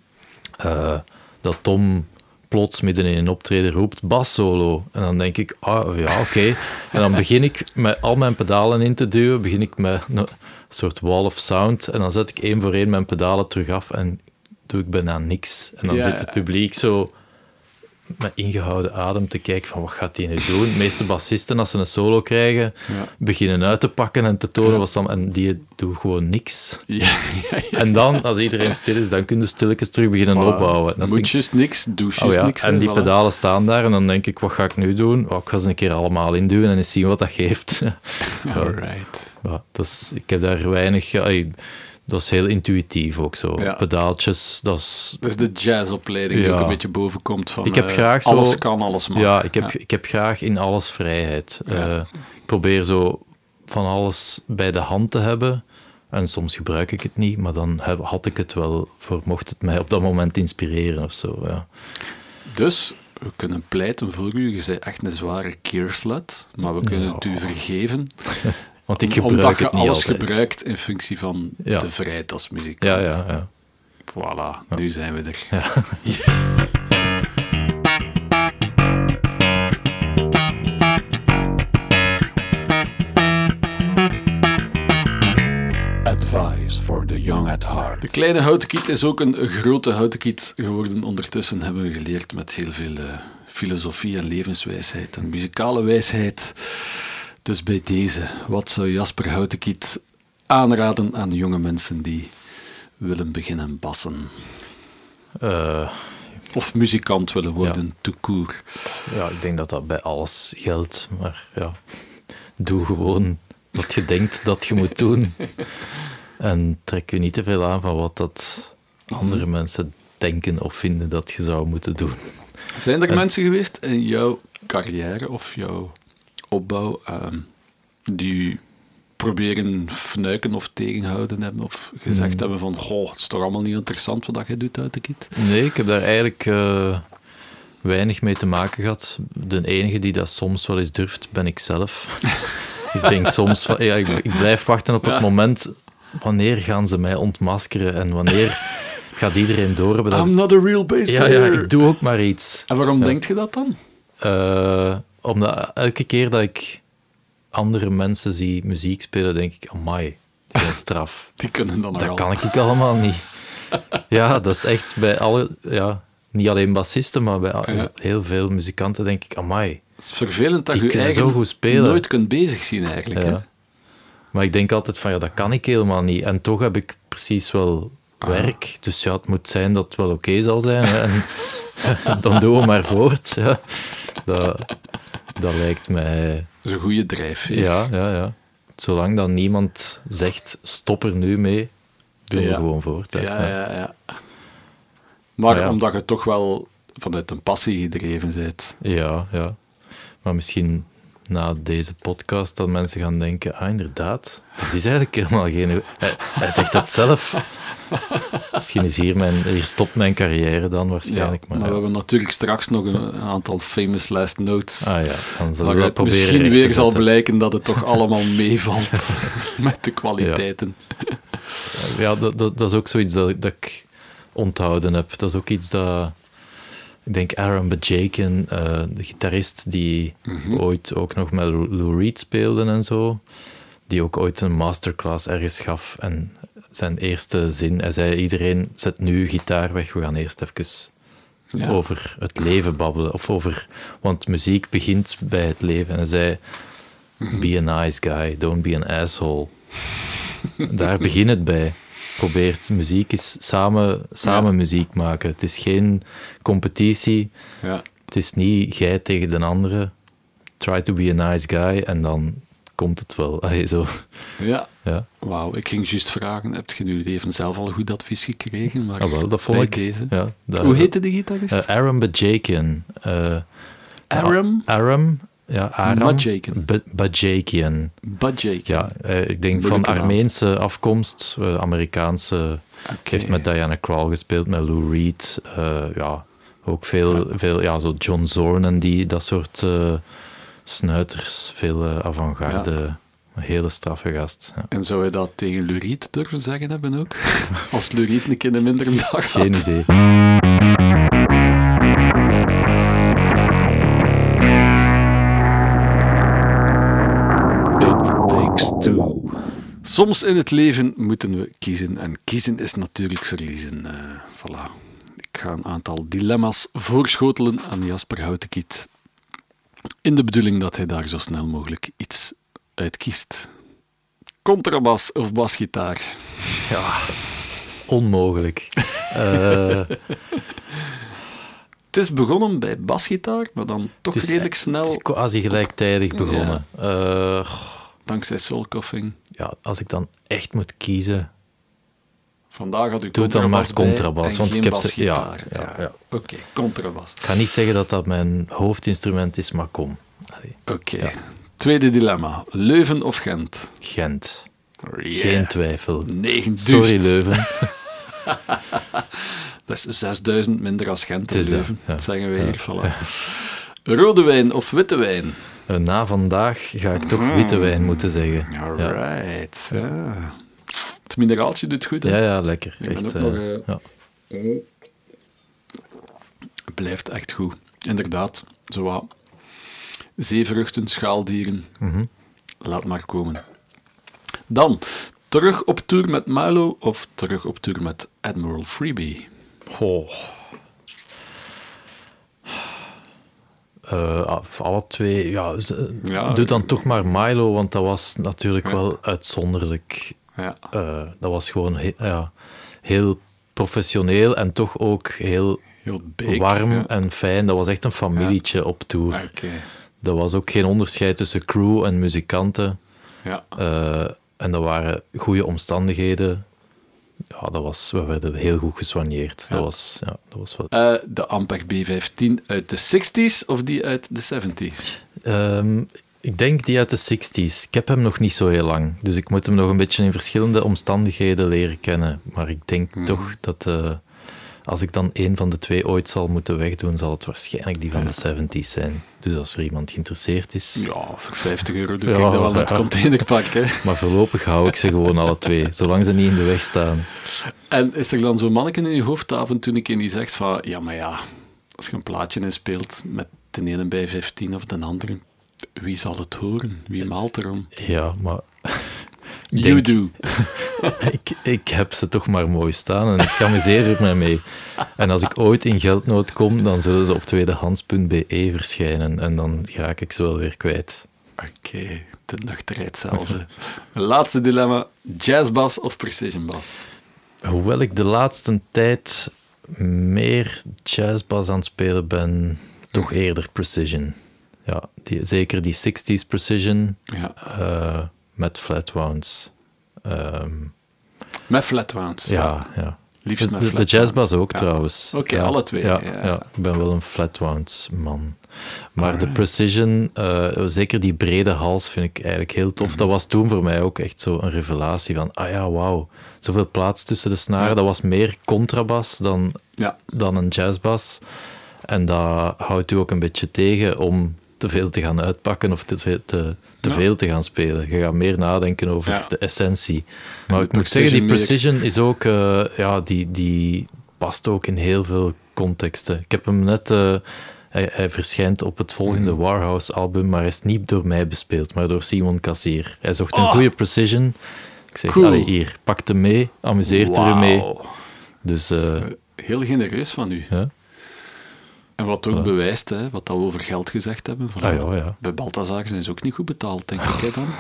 dat Tom plots midden in een optreden roept bas solo. En dan denk ik, oké. En dan begin ik met al mijn pedalen in te duwen, begin ik met een soort wall of sound en dan zet ik 1 voor 1 mijn pedalen terug af en doe ik bijna niks. En dan zit het publiek zo met ingehouden adem te kijken van wat gaat hij nu doen. De meeste bassisten, als ze een solo krijgen, beginnen uit te pakken en te tonen wat ze dan... En die doen gewoon niks. En dan, als iedereen stil is, dan kun je stilletjes terug beginnen opbouwen. Dan moet je niks, doe je niks. En die pedalen staan daar en dan denk ik, wat ga ik nu doen? Ik ga ze een keer allemaal induwen en eens zien wat dat geeft. Alright. Ik heb daar weinig... Dat is heel intuïtief ook zo. Ja. Pedaaltjes, dat is... Dus de jazzopleiding die ook een beetje boven komt van... Ik heb graag zo... Alles kan, alles mag. Ja, ik heb graag in alles vrijheid. Ja. Ik probeer zo van alles bij de hand te hebben. En soms gebruik ik het niet, maar dan had ik het wel voor mocht het mij op dat moment inspireren of zo. Ja. Dus... We kunnen pleiten voor u. Je bent echt een zware keerslet, maar we kunnen het u vergeven. Want ik gebruik omdat je het niet alles altijd. gebruikt in functie van de vrijheid als muzikant. Ja. Voilà, nu zijn we er. Ja. Yes. Advice for the young at heart. De kleine houten kiet is ook een grote houten kiet geworden. Ondertussen hebben we geleerd met heel veel filosofie en levenswijsheid en muzikale wijsheid. Dus bij deze, wat zou Jasper Houtenkiet aanraden aan jonge mensen die willen beginnen bassen? Of muzikant willen worden, tout court. Ja, ik denk dat dat bij alles geldt. Maar ja, doe gewoon wat je denkt dat je moet doen. En trek je niet te veel aan van wat dat andere mensen denken of vinden dat je zou moeten doen. Zijn er mensen geweest in jouw carrière of jouw opbouw die u proberen fnuiken of tegenhouden hebben of gezegd hebben van goh, het is toch allemaal niet interessant wat je doet uit de kit? Nee, ik heb daar eigenlijk weinig mee te maken gehad. De enige die dat soms wel eens durft, ben ik zelf. Ik denk soms van, ja, ik blijf wachten op het moment, wanneer gaan ze mij ontmaskeren en wanneer gaat iedereen doorhebben. I'm not a real bass player. Ja, ik doe ook maar iets. En waarom denkt je dat dan? Omdat elke keer dat ik andere mensen zie muziek spelen, denk ik, amai, dat is een straf. Die kunnen dan dat kan ik allemaal niet. Ja, dat is echt bij alle... Ja, niet alleen bassisten, maar bij heel veel muzikanten denk ik, amai. Het is vervelend dat je eigenlijk zo goed spelen. Nooit kunt bezig zien eigenlijk. Ja. Hè? Maar ik denk altijd van, ja, dat kan ik helemaal niet. En toch heb ik precies wel werk. Dus ja, het moet zijn dat het wel oké zal zijn. Hè. En dan doen we maar voort. Ja. Dat lijkt mij... Dat is een goede drijfveer. Ja. Zolang dan niemand zegt, stop er nu mee, doen we gewoon voort. Hè. Ja. Maar omdat je toch wel vanuit een passie gedreven bent. Ja. Maar misschien na deze podcast dat mensen gaan denken, inderdaad, dat is eigenlijk helemaal geen... Hij zegt het zelf. Misschien is hier stopt mijn carrière dan waarschijnlijk. Maar we hebben natuurlijk straks nog een aantal famous last notes. Dan zullen we dat proberen. Misschien weer zal blijken dat het toch allemaal meevalt met de kwaliteiten. Ja, dat is ook zoiets dat ik onthouden heb. Dat is ook iets dat... Ik denk Aaron Bajakian, de gitarist die ooit ook nog met Lou Reed speelde en zo, die ook ooit een masterclass ergens gaf. En zijn eerste zin, hij zei, iedereen zet nu gitaar weg, we gaan eerst even over het leven babbelen. Want muziek begint bij het leven. En hij zei, be a nice guy, don't be an asshole. Daar begint het bij. Probeert muziek is samen muziek maken. Het is geen competitie. Ja. Het is niet jij tegen de andere. Try to be a nice guy en dan komt het wel. Zo. Ja. Wauw, ik ging juist vragen, heb je nu even zelf al goed advies gekregen? Maar wel, dat vond ik. Deze. Ja, hoe heette de gitarist? Aaron Bajakian. Aram Bajakian. Ja, ik denk van Armeense afkomst, Amerikaanse. Heeft met Diana Krall gespeeld, met Lou Reed. Ook veel zo John Zorn en dat soort snuiters. Veel avant-garde, een hele straffe gast. Ja. En zou je dat tegen Lou Reed durven zeggen hebben ook? Als Lou Reed een keer een mindere dag had? Geen idee. Soms in het leven moeten we kiezen. En kiezen is natuurlijk verliezen. Voilà. Ik ga een aantal dilemma's voorschotelen aan Jasper Houtenkiet. In de bedoeling dat hij daar zo snel mogelijk iets uit kiest. Contrabas of basgitaar? Ja, onmogelijk. Het is begonnen bij basgitaar, maar dan toch redelijk snel... Het is quasi gelijktijdig begonnen. Dankzij soulcuffing. Ja, als ik dan echt moet kiezen, Vandaag had u doe dan maar contrabas. Want ik heb basgitaar. Ja. Oké, contrabas. Ik ga niet zeggen dat dat mijn hoofdinstrument is, maar kom. Oké. Ja. Tweede dilemma. Leuven of Gent? Gent. Yeah. Geen twijfel. 9 Sorry, Leuven. Dat is 6000 minder als Gent in Leuven, zeggen we hier. Voilà. Ja. Rode wijn of witte wijn? Na vandaag ga ik toch witte wijn moeten zeggen. Alright. Ja. Het mineraaltje doet goed, hè? Ja, lekker. Echt, Het blijft echt goed. Inderdaad, zo wat zeevruchten, schaaldieren. Laat maar komen. Dan, terug op tour met Milo of terug op tour met Admiral Freebie? Alle twee. Doe dan toch maar Milo, want dat was natuurlijk wel uitzonderlijk. Ja. Dat was gewoon heel professioneel en toch ook heel big, warm en fijn. Dat was echt een familietje op tour. Okay. Er was ook geen onderscheid tussen crew en muzikanten. Ja. En dat waren goede omstandigheden. Ja, we werden heel goed gesoigneerd. Ja. Dat was wel... de Ampeg B15 uit de 60s of die uit de 70s? Ik denk die uit de 60s. Ik heb hem nog niet zo heel lang. Dus ik moet hem nog een beetje in verschillende omstandigheden leren kennen. Maar ik denk toch dat... als ik dan een van de twee ooit zal moeten wegdoen, zal het waarschijnlijk die van de 70s zijn. Dus als er iemand geïnteresseerd is... Ja, voor €50 doe ik dat wel met containerpak. Hè. Maar voorlopig hou ik ze gewoon alle twee, zolang ze niet in de weg staan. En is er dan zo'n manneke in je hoofd af en toe een keer die zegt van... Ja, maar ja, als je een plaatje inspeelt met de ene bij 15 of de andere, wie zal het horen? Wie maalt erom? Ja, maar... You do. Ik heb ze toch maar mooi staan en ik amuseer er mij mee. En als ik ooit in geldnood kom, dan zullen ze op tweedehands.be verschijnen en dan raak ik ze wel weer kwijt. Oké, de nuchterheid zelf. Laatste dilemma, jazzbas of precisionbas? Hoewel ik de laatste tijd meer jazzbas aan het spelen ben, toch eerder precision. Ja, zeker die 60s precision. Ja. Met flatwounds. Met flatwounds? Ja. Liefst met flatwounds. De jazzbas ook trouwens. Oké, alle twee. Ja, ik ben wel een flatwounds man. Maar de precision, zeker die brede hals, vind ik eigenlijk heel tof. Dat was toen voor mij ook echt zo een revelatie van, wauw, zoveel plaats tussen de snaren. Ja. Dat was meer contrabas dan een jazzbas. En dat houdt u ook een beetje tegen om te veel te gaan uitpakken of te veel te gaan spelen. Je gaat meer nadenken over de essentie. Maar ik moet zeggen, die precision is ook... die past ook in heel veel contexten. Ik heb hem net... Hij verschijnt op het volgende Warhouse-album, maar hij is niet door mij bespeeld, maar door Simon Cassier. Hij zocht een goede precision. Ik zeg, hier, pak hem mee, amuseert er u mee. Dus, heel genereus van u. Ja? En wat ook bewijst, hè, wat we over geld gezegd hebben. Bij Balthazar zijn ze ook niet goed betaald, denk ik dan.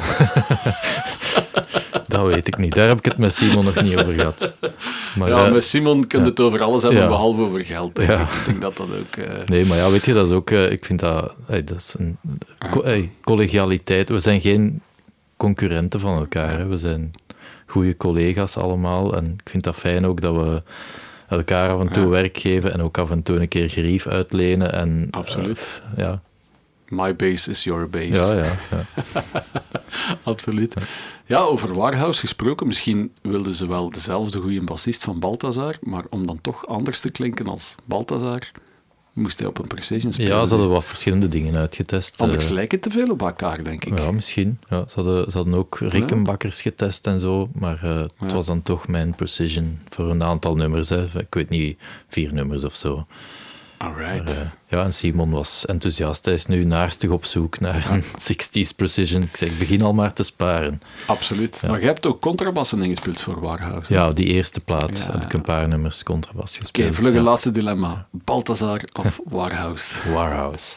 Dat weet ik niet. Daar heb ik het met Simon nog niet over gehad. Maar, met Simon kun je het over alles hebben, behalve over geld. Denk ik. Ik denk dat ook... Nee, maar weet je, dat is ook... ik vind dat is een collegialiteit. We zijn geen concurrenten van elkaar. Hè. We zijn goede collega's allemaal. En ik vind dat fijn ook dat we elkaar af en toe werk geven en ook af en toe een keer gerief uitlenen. En, absoluut. My base is your base. Ja. Absoluut. Ja, over Warhouse gesproken, misschien wilden ze wel dezelfde goede bassist van Balthazar, maar om dan toch anders te klinken als Balthazar, moest hij op een precision spelen. Ja, ze hadden wat verschillende dingen uitgetest. Anders lijken het te veel op elkaar, denk ik. Ja, misschien. Ja, ze hadden ook Rickenbackers getest en zo, maar het was dan toch mijn precision voor een aantal nummers. Hè. Ik weet niet, 4 nummers of zo. Alright. En Simon was enthousiast. Hij is nu naarstig op zoek naar een 60s precision. Ik zeg, begin al maar te sparen. Absoluut. Ja. Maar je hebt ook contrabassen ingespeeld voor Warhouse. Ja, die eerste plaat heb ik een paar nummers contrabas gespeeld. Oké, vlug een laatste dilemma. Balthazar of Warhouse? Warhouse.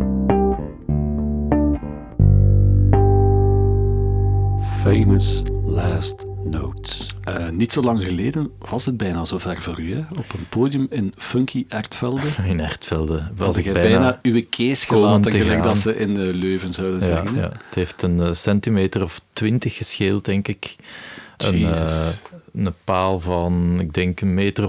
Famous Last Notes. Niet zo lang geleden was het bijna zover voor u, hè? Op een podium in Funky Ertvelde. In Ertvelde. Was ik bijna uw kees gelaten, gelijk dat ze in Leuven zouden zeggen. Ja. Het heeft een centimeter of 20 gescheeld, denk ik. Een paal van, ik denk, 1,6 meter.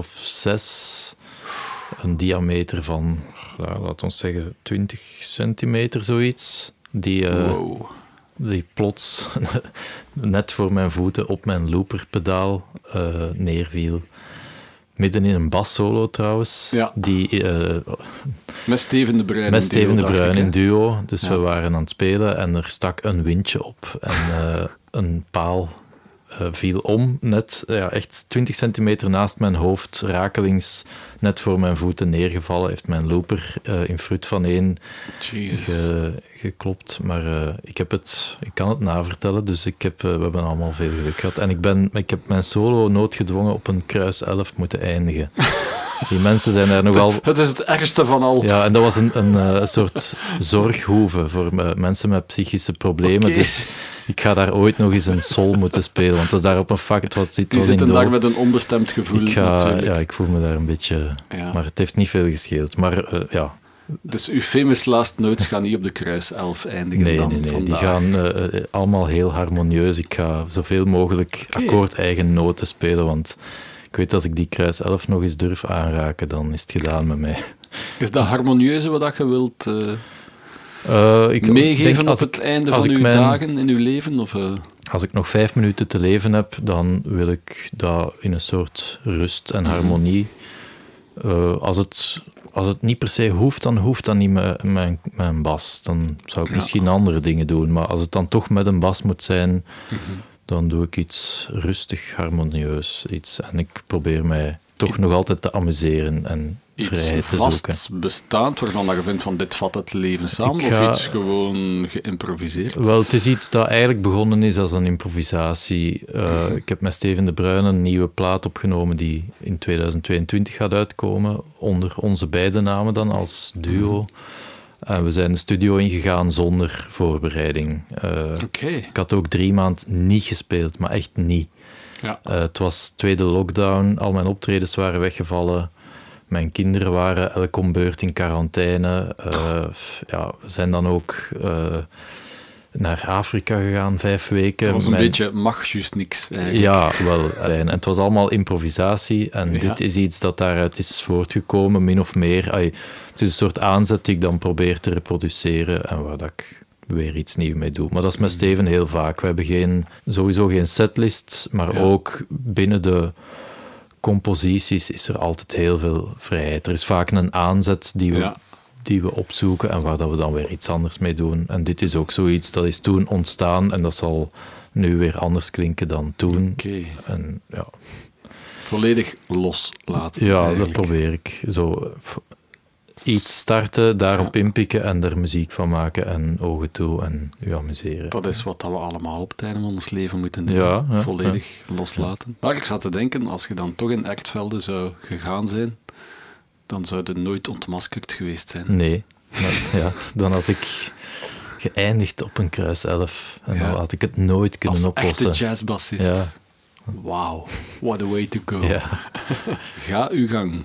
Een diameter van, laten we zeggen, 20 centimeter, zoiets. Die plots net voor mijn voeten op mijn looperpedaal neerviel. Midden in een bassolo trouwens. Ja. Met Steven de Bruin. Met Steven de Bruin in duo. Dus we waren aan het spelen en er stak een windje op. En een paal viel om. Net echt 20 centimeter naast mijn hoofd. Rakelings net voor mijn voeten neergevallen. Heeft mijn looper in fruit van één geklopt. Maar ik kan het navertellen. Dus we hebben allemaal veel geluk gehad. En ik heb mijn solo noodgedwongen op een kruis 11 moeten eindigen. Die mensen zijn daar nogal... Het is het ergste van al. Ja, en dat was een soort zorghoeve voor mensen met psychische problemen. Okay. Dus ik ga daar ooit nog eens een sol moeten spelen. Want dat is daar op een vak. Die zitten daar met een onbestemd gevoel. Ik voel me daar een beetje... Ja. Maar het heeft niet veel gescheeld. Maar ja... Dus uw famous last notes gaan niet op de kruis 11 eindigen Nee, die gaan allemaal heel harmonieus. Ik ga zoveel mogelijk akkoord-eigen noten spelen, want ik weet als ik die kruis 11 nog eens durf aanraken, dan is het gedaan met mij. Is dat harmonieuze wat je wilt meegeven op het einde van uw dagen in uw leven? Of, Als ik nog 5 minuten te leven heb, dan wil ik dat in een soort rust en harmonie. Als het niet per se hoeft, dan hoeft dat niet met mijn bas. Dan zou ik misschien andere dingen doen. Maar als het dan toch met een bas moet zijn, dan doe ik iets rustig, harmonieus. En ik probeer mij toch nog altijd te amuseren en vrijheid te zoeken. Iets bestaand waarvan je vindt van dit vat het leven samen? Of iets gewoon geïmproviseerd? Wel, het is iets dat eigenlijk begonnen is als een improvisatie. Ik heb met Steven de Bruin een nieuwe plaat opgenomen die in 2022 gaat uitkomen, onder onze beide namen dan als duo. En we zijn de studio ingegaan zonder voorbereiding. Ik had ook 3 maanden niet gespeeld, maar echt niet. Ja. Het was tweede lockdown, al mijn optredens waren weggevallen. Mijn kinderen waren elk om beurt in quarantaine. We zijn dan ook naar Afrika gegaan, 5 weken. Het was een beetje mag juist niks eigenlijk. Ja, wel. En het was allemaal improvisatie. En dit is iets dat daaruit is voortgekomen, min of meer. Het is een soort aanzet die ik dan probeer te reproduceren en waar dat ik weer iets nieuws mee doe. Maar dat is met Steven heel vaak. We hebben sowieso geen setlist, maar ook binnen de composities is er altijd heel veel vrijheid. Er is vaak een aanzet die we opzoeken en waar dat we dan weer iets anders mee doen. En dit is ook zoiets dat is toen ontstaan en dat zal nu weer anders klinken dan toen. En, volledig loslaten. Ja, eigenlijk. Dat probeer ik. Zo iets starten, daarop inpikken en er muziek van maken en ogen toe en u amuseren. Dat is wat we allemaal op het einde van ons leven moeten doen. Volledig loslaten. Maar ik zat te denken, als je dan toch in Ertvelde zou gegaan zijn, dan zou je nooit ontmaskerd geweest zijn. Nee, maar, dan had ik geëindigd op een kruis 11 en dan had ik het nooit kunnen oplossen. Als echte jazzbassist. Ja. Wauw, what a way to go. Ja. Ga uw gang.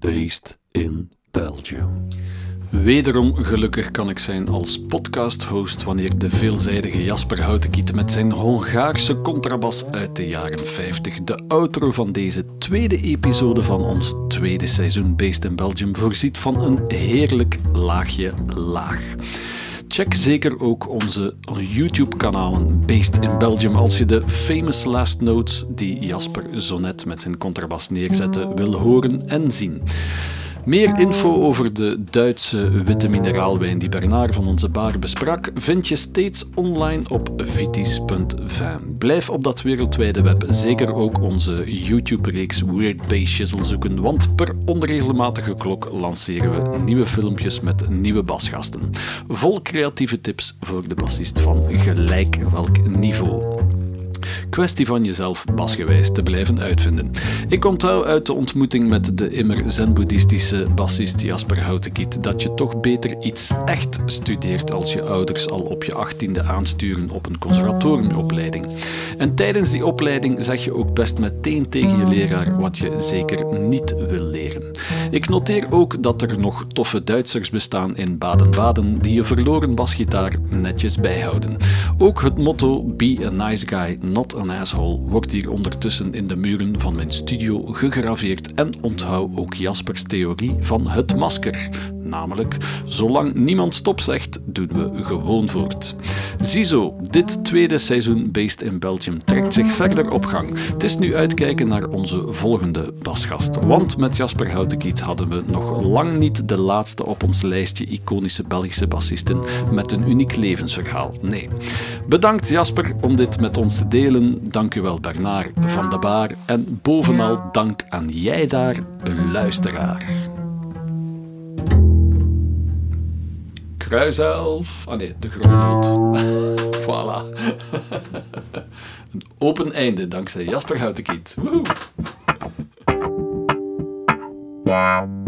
based in Belgium. Wederom gelukkig kan ik zijn als podcast-host wanneer de veelzijdige Jasper Houtekiet met zijn Hongaarse contrabas uit de jaren 50 de outro van deze tweede episode van ons tweede seizoen Based in Belgium voorziet van een heerlijk laagje laag. Check zeker ook onze YouTube-kanalen Based in Belgium als je de famous last notes die Jasper zo net met zijn contrabas neerzette wil horen en zien. Meer info over de Duitse witte mineraalwijn die Bernard van onze bar besprak, vind je steeds online op vitis.vin. Blijf op dat wereldwijde web zeker ook onze YouTube-reeks Weird Bass Shizzle zoeken, want per onregelmatige klok lanceren we nieuwe filmpjes met nieuwe basgasten. Vol creatieve tips voor de bassist van gelijk welk niveau. Kwestie van jezelf basgewijs te blijven uitvinden. Ik onthoud uit de ontmoeting met de immer zen-boeddhistische bassist Jasper Houtekiet dat je toch beter iets echt studeert als je ouders al op je 18e aansturen op een conservatoriumopleiding. En tijdens die opleiding zeg je ook best meteen tegen je leraar wat je zeker niet wil leren. Ik noteer ook dat er nog toffe Duitsers bestaan in Baden-Baden die je verloren basgitaar netjes bijhouden. Ook het motto Be a nice guy, not an asshole wordt hier ondertussen in de muren van mijn studio gegraveerd en onthoud ook Jaspers theorie van het masker. Namelijk, zolang niemand stop zegt, doen we gewoon voort. Ziezo, dit tweede seizoen Based in Belgium trekt zich verder op gang. Het is nu uitkijken naar onze volgende basgast. Want met Jasper Houtekiet hadden we nog lang niet de laatste op ons lijstje iconische Belgische bassisten met een uniek levensverhaal. Nee. Bedankt Jasper om dit met ons te delen. Dank u wel Bernard van de bar. En bovenal dank aan jij daar, luisteraar. Kruiself. Ah nee, de grootnoot. Voilà. Een open einde dankzij Jasper Houtekiet. Woehoe.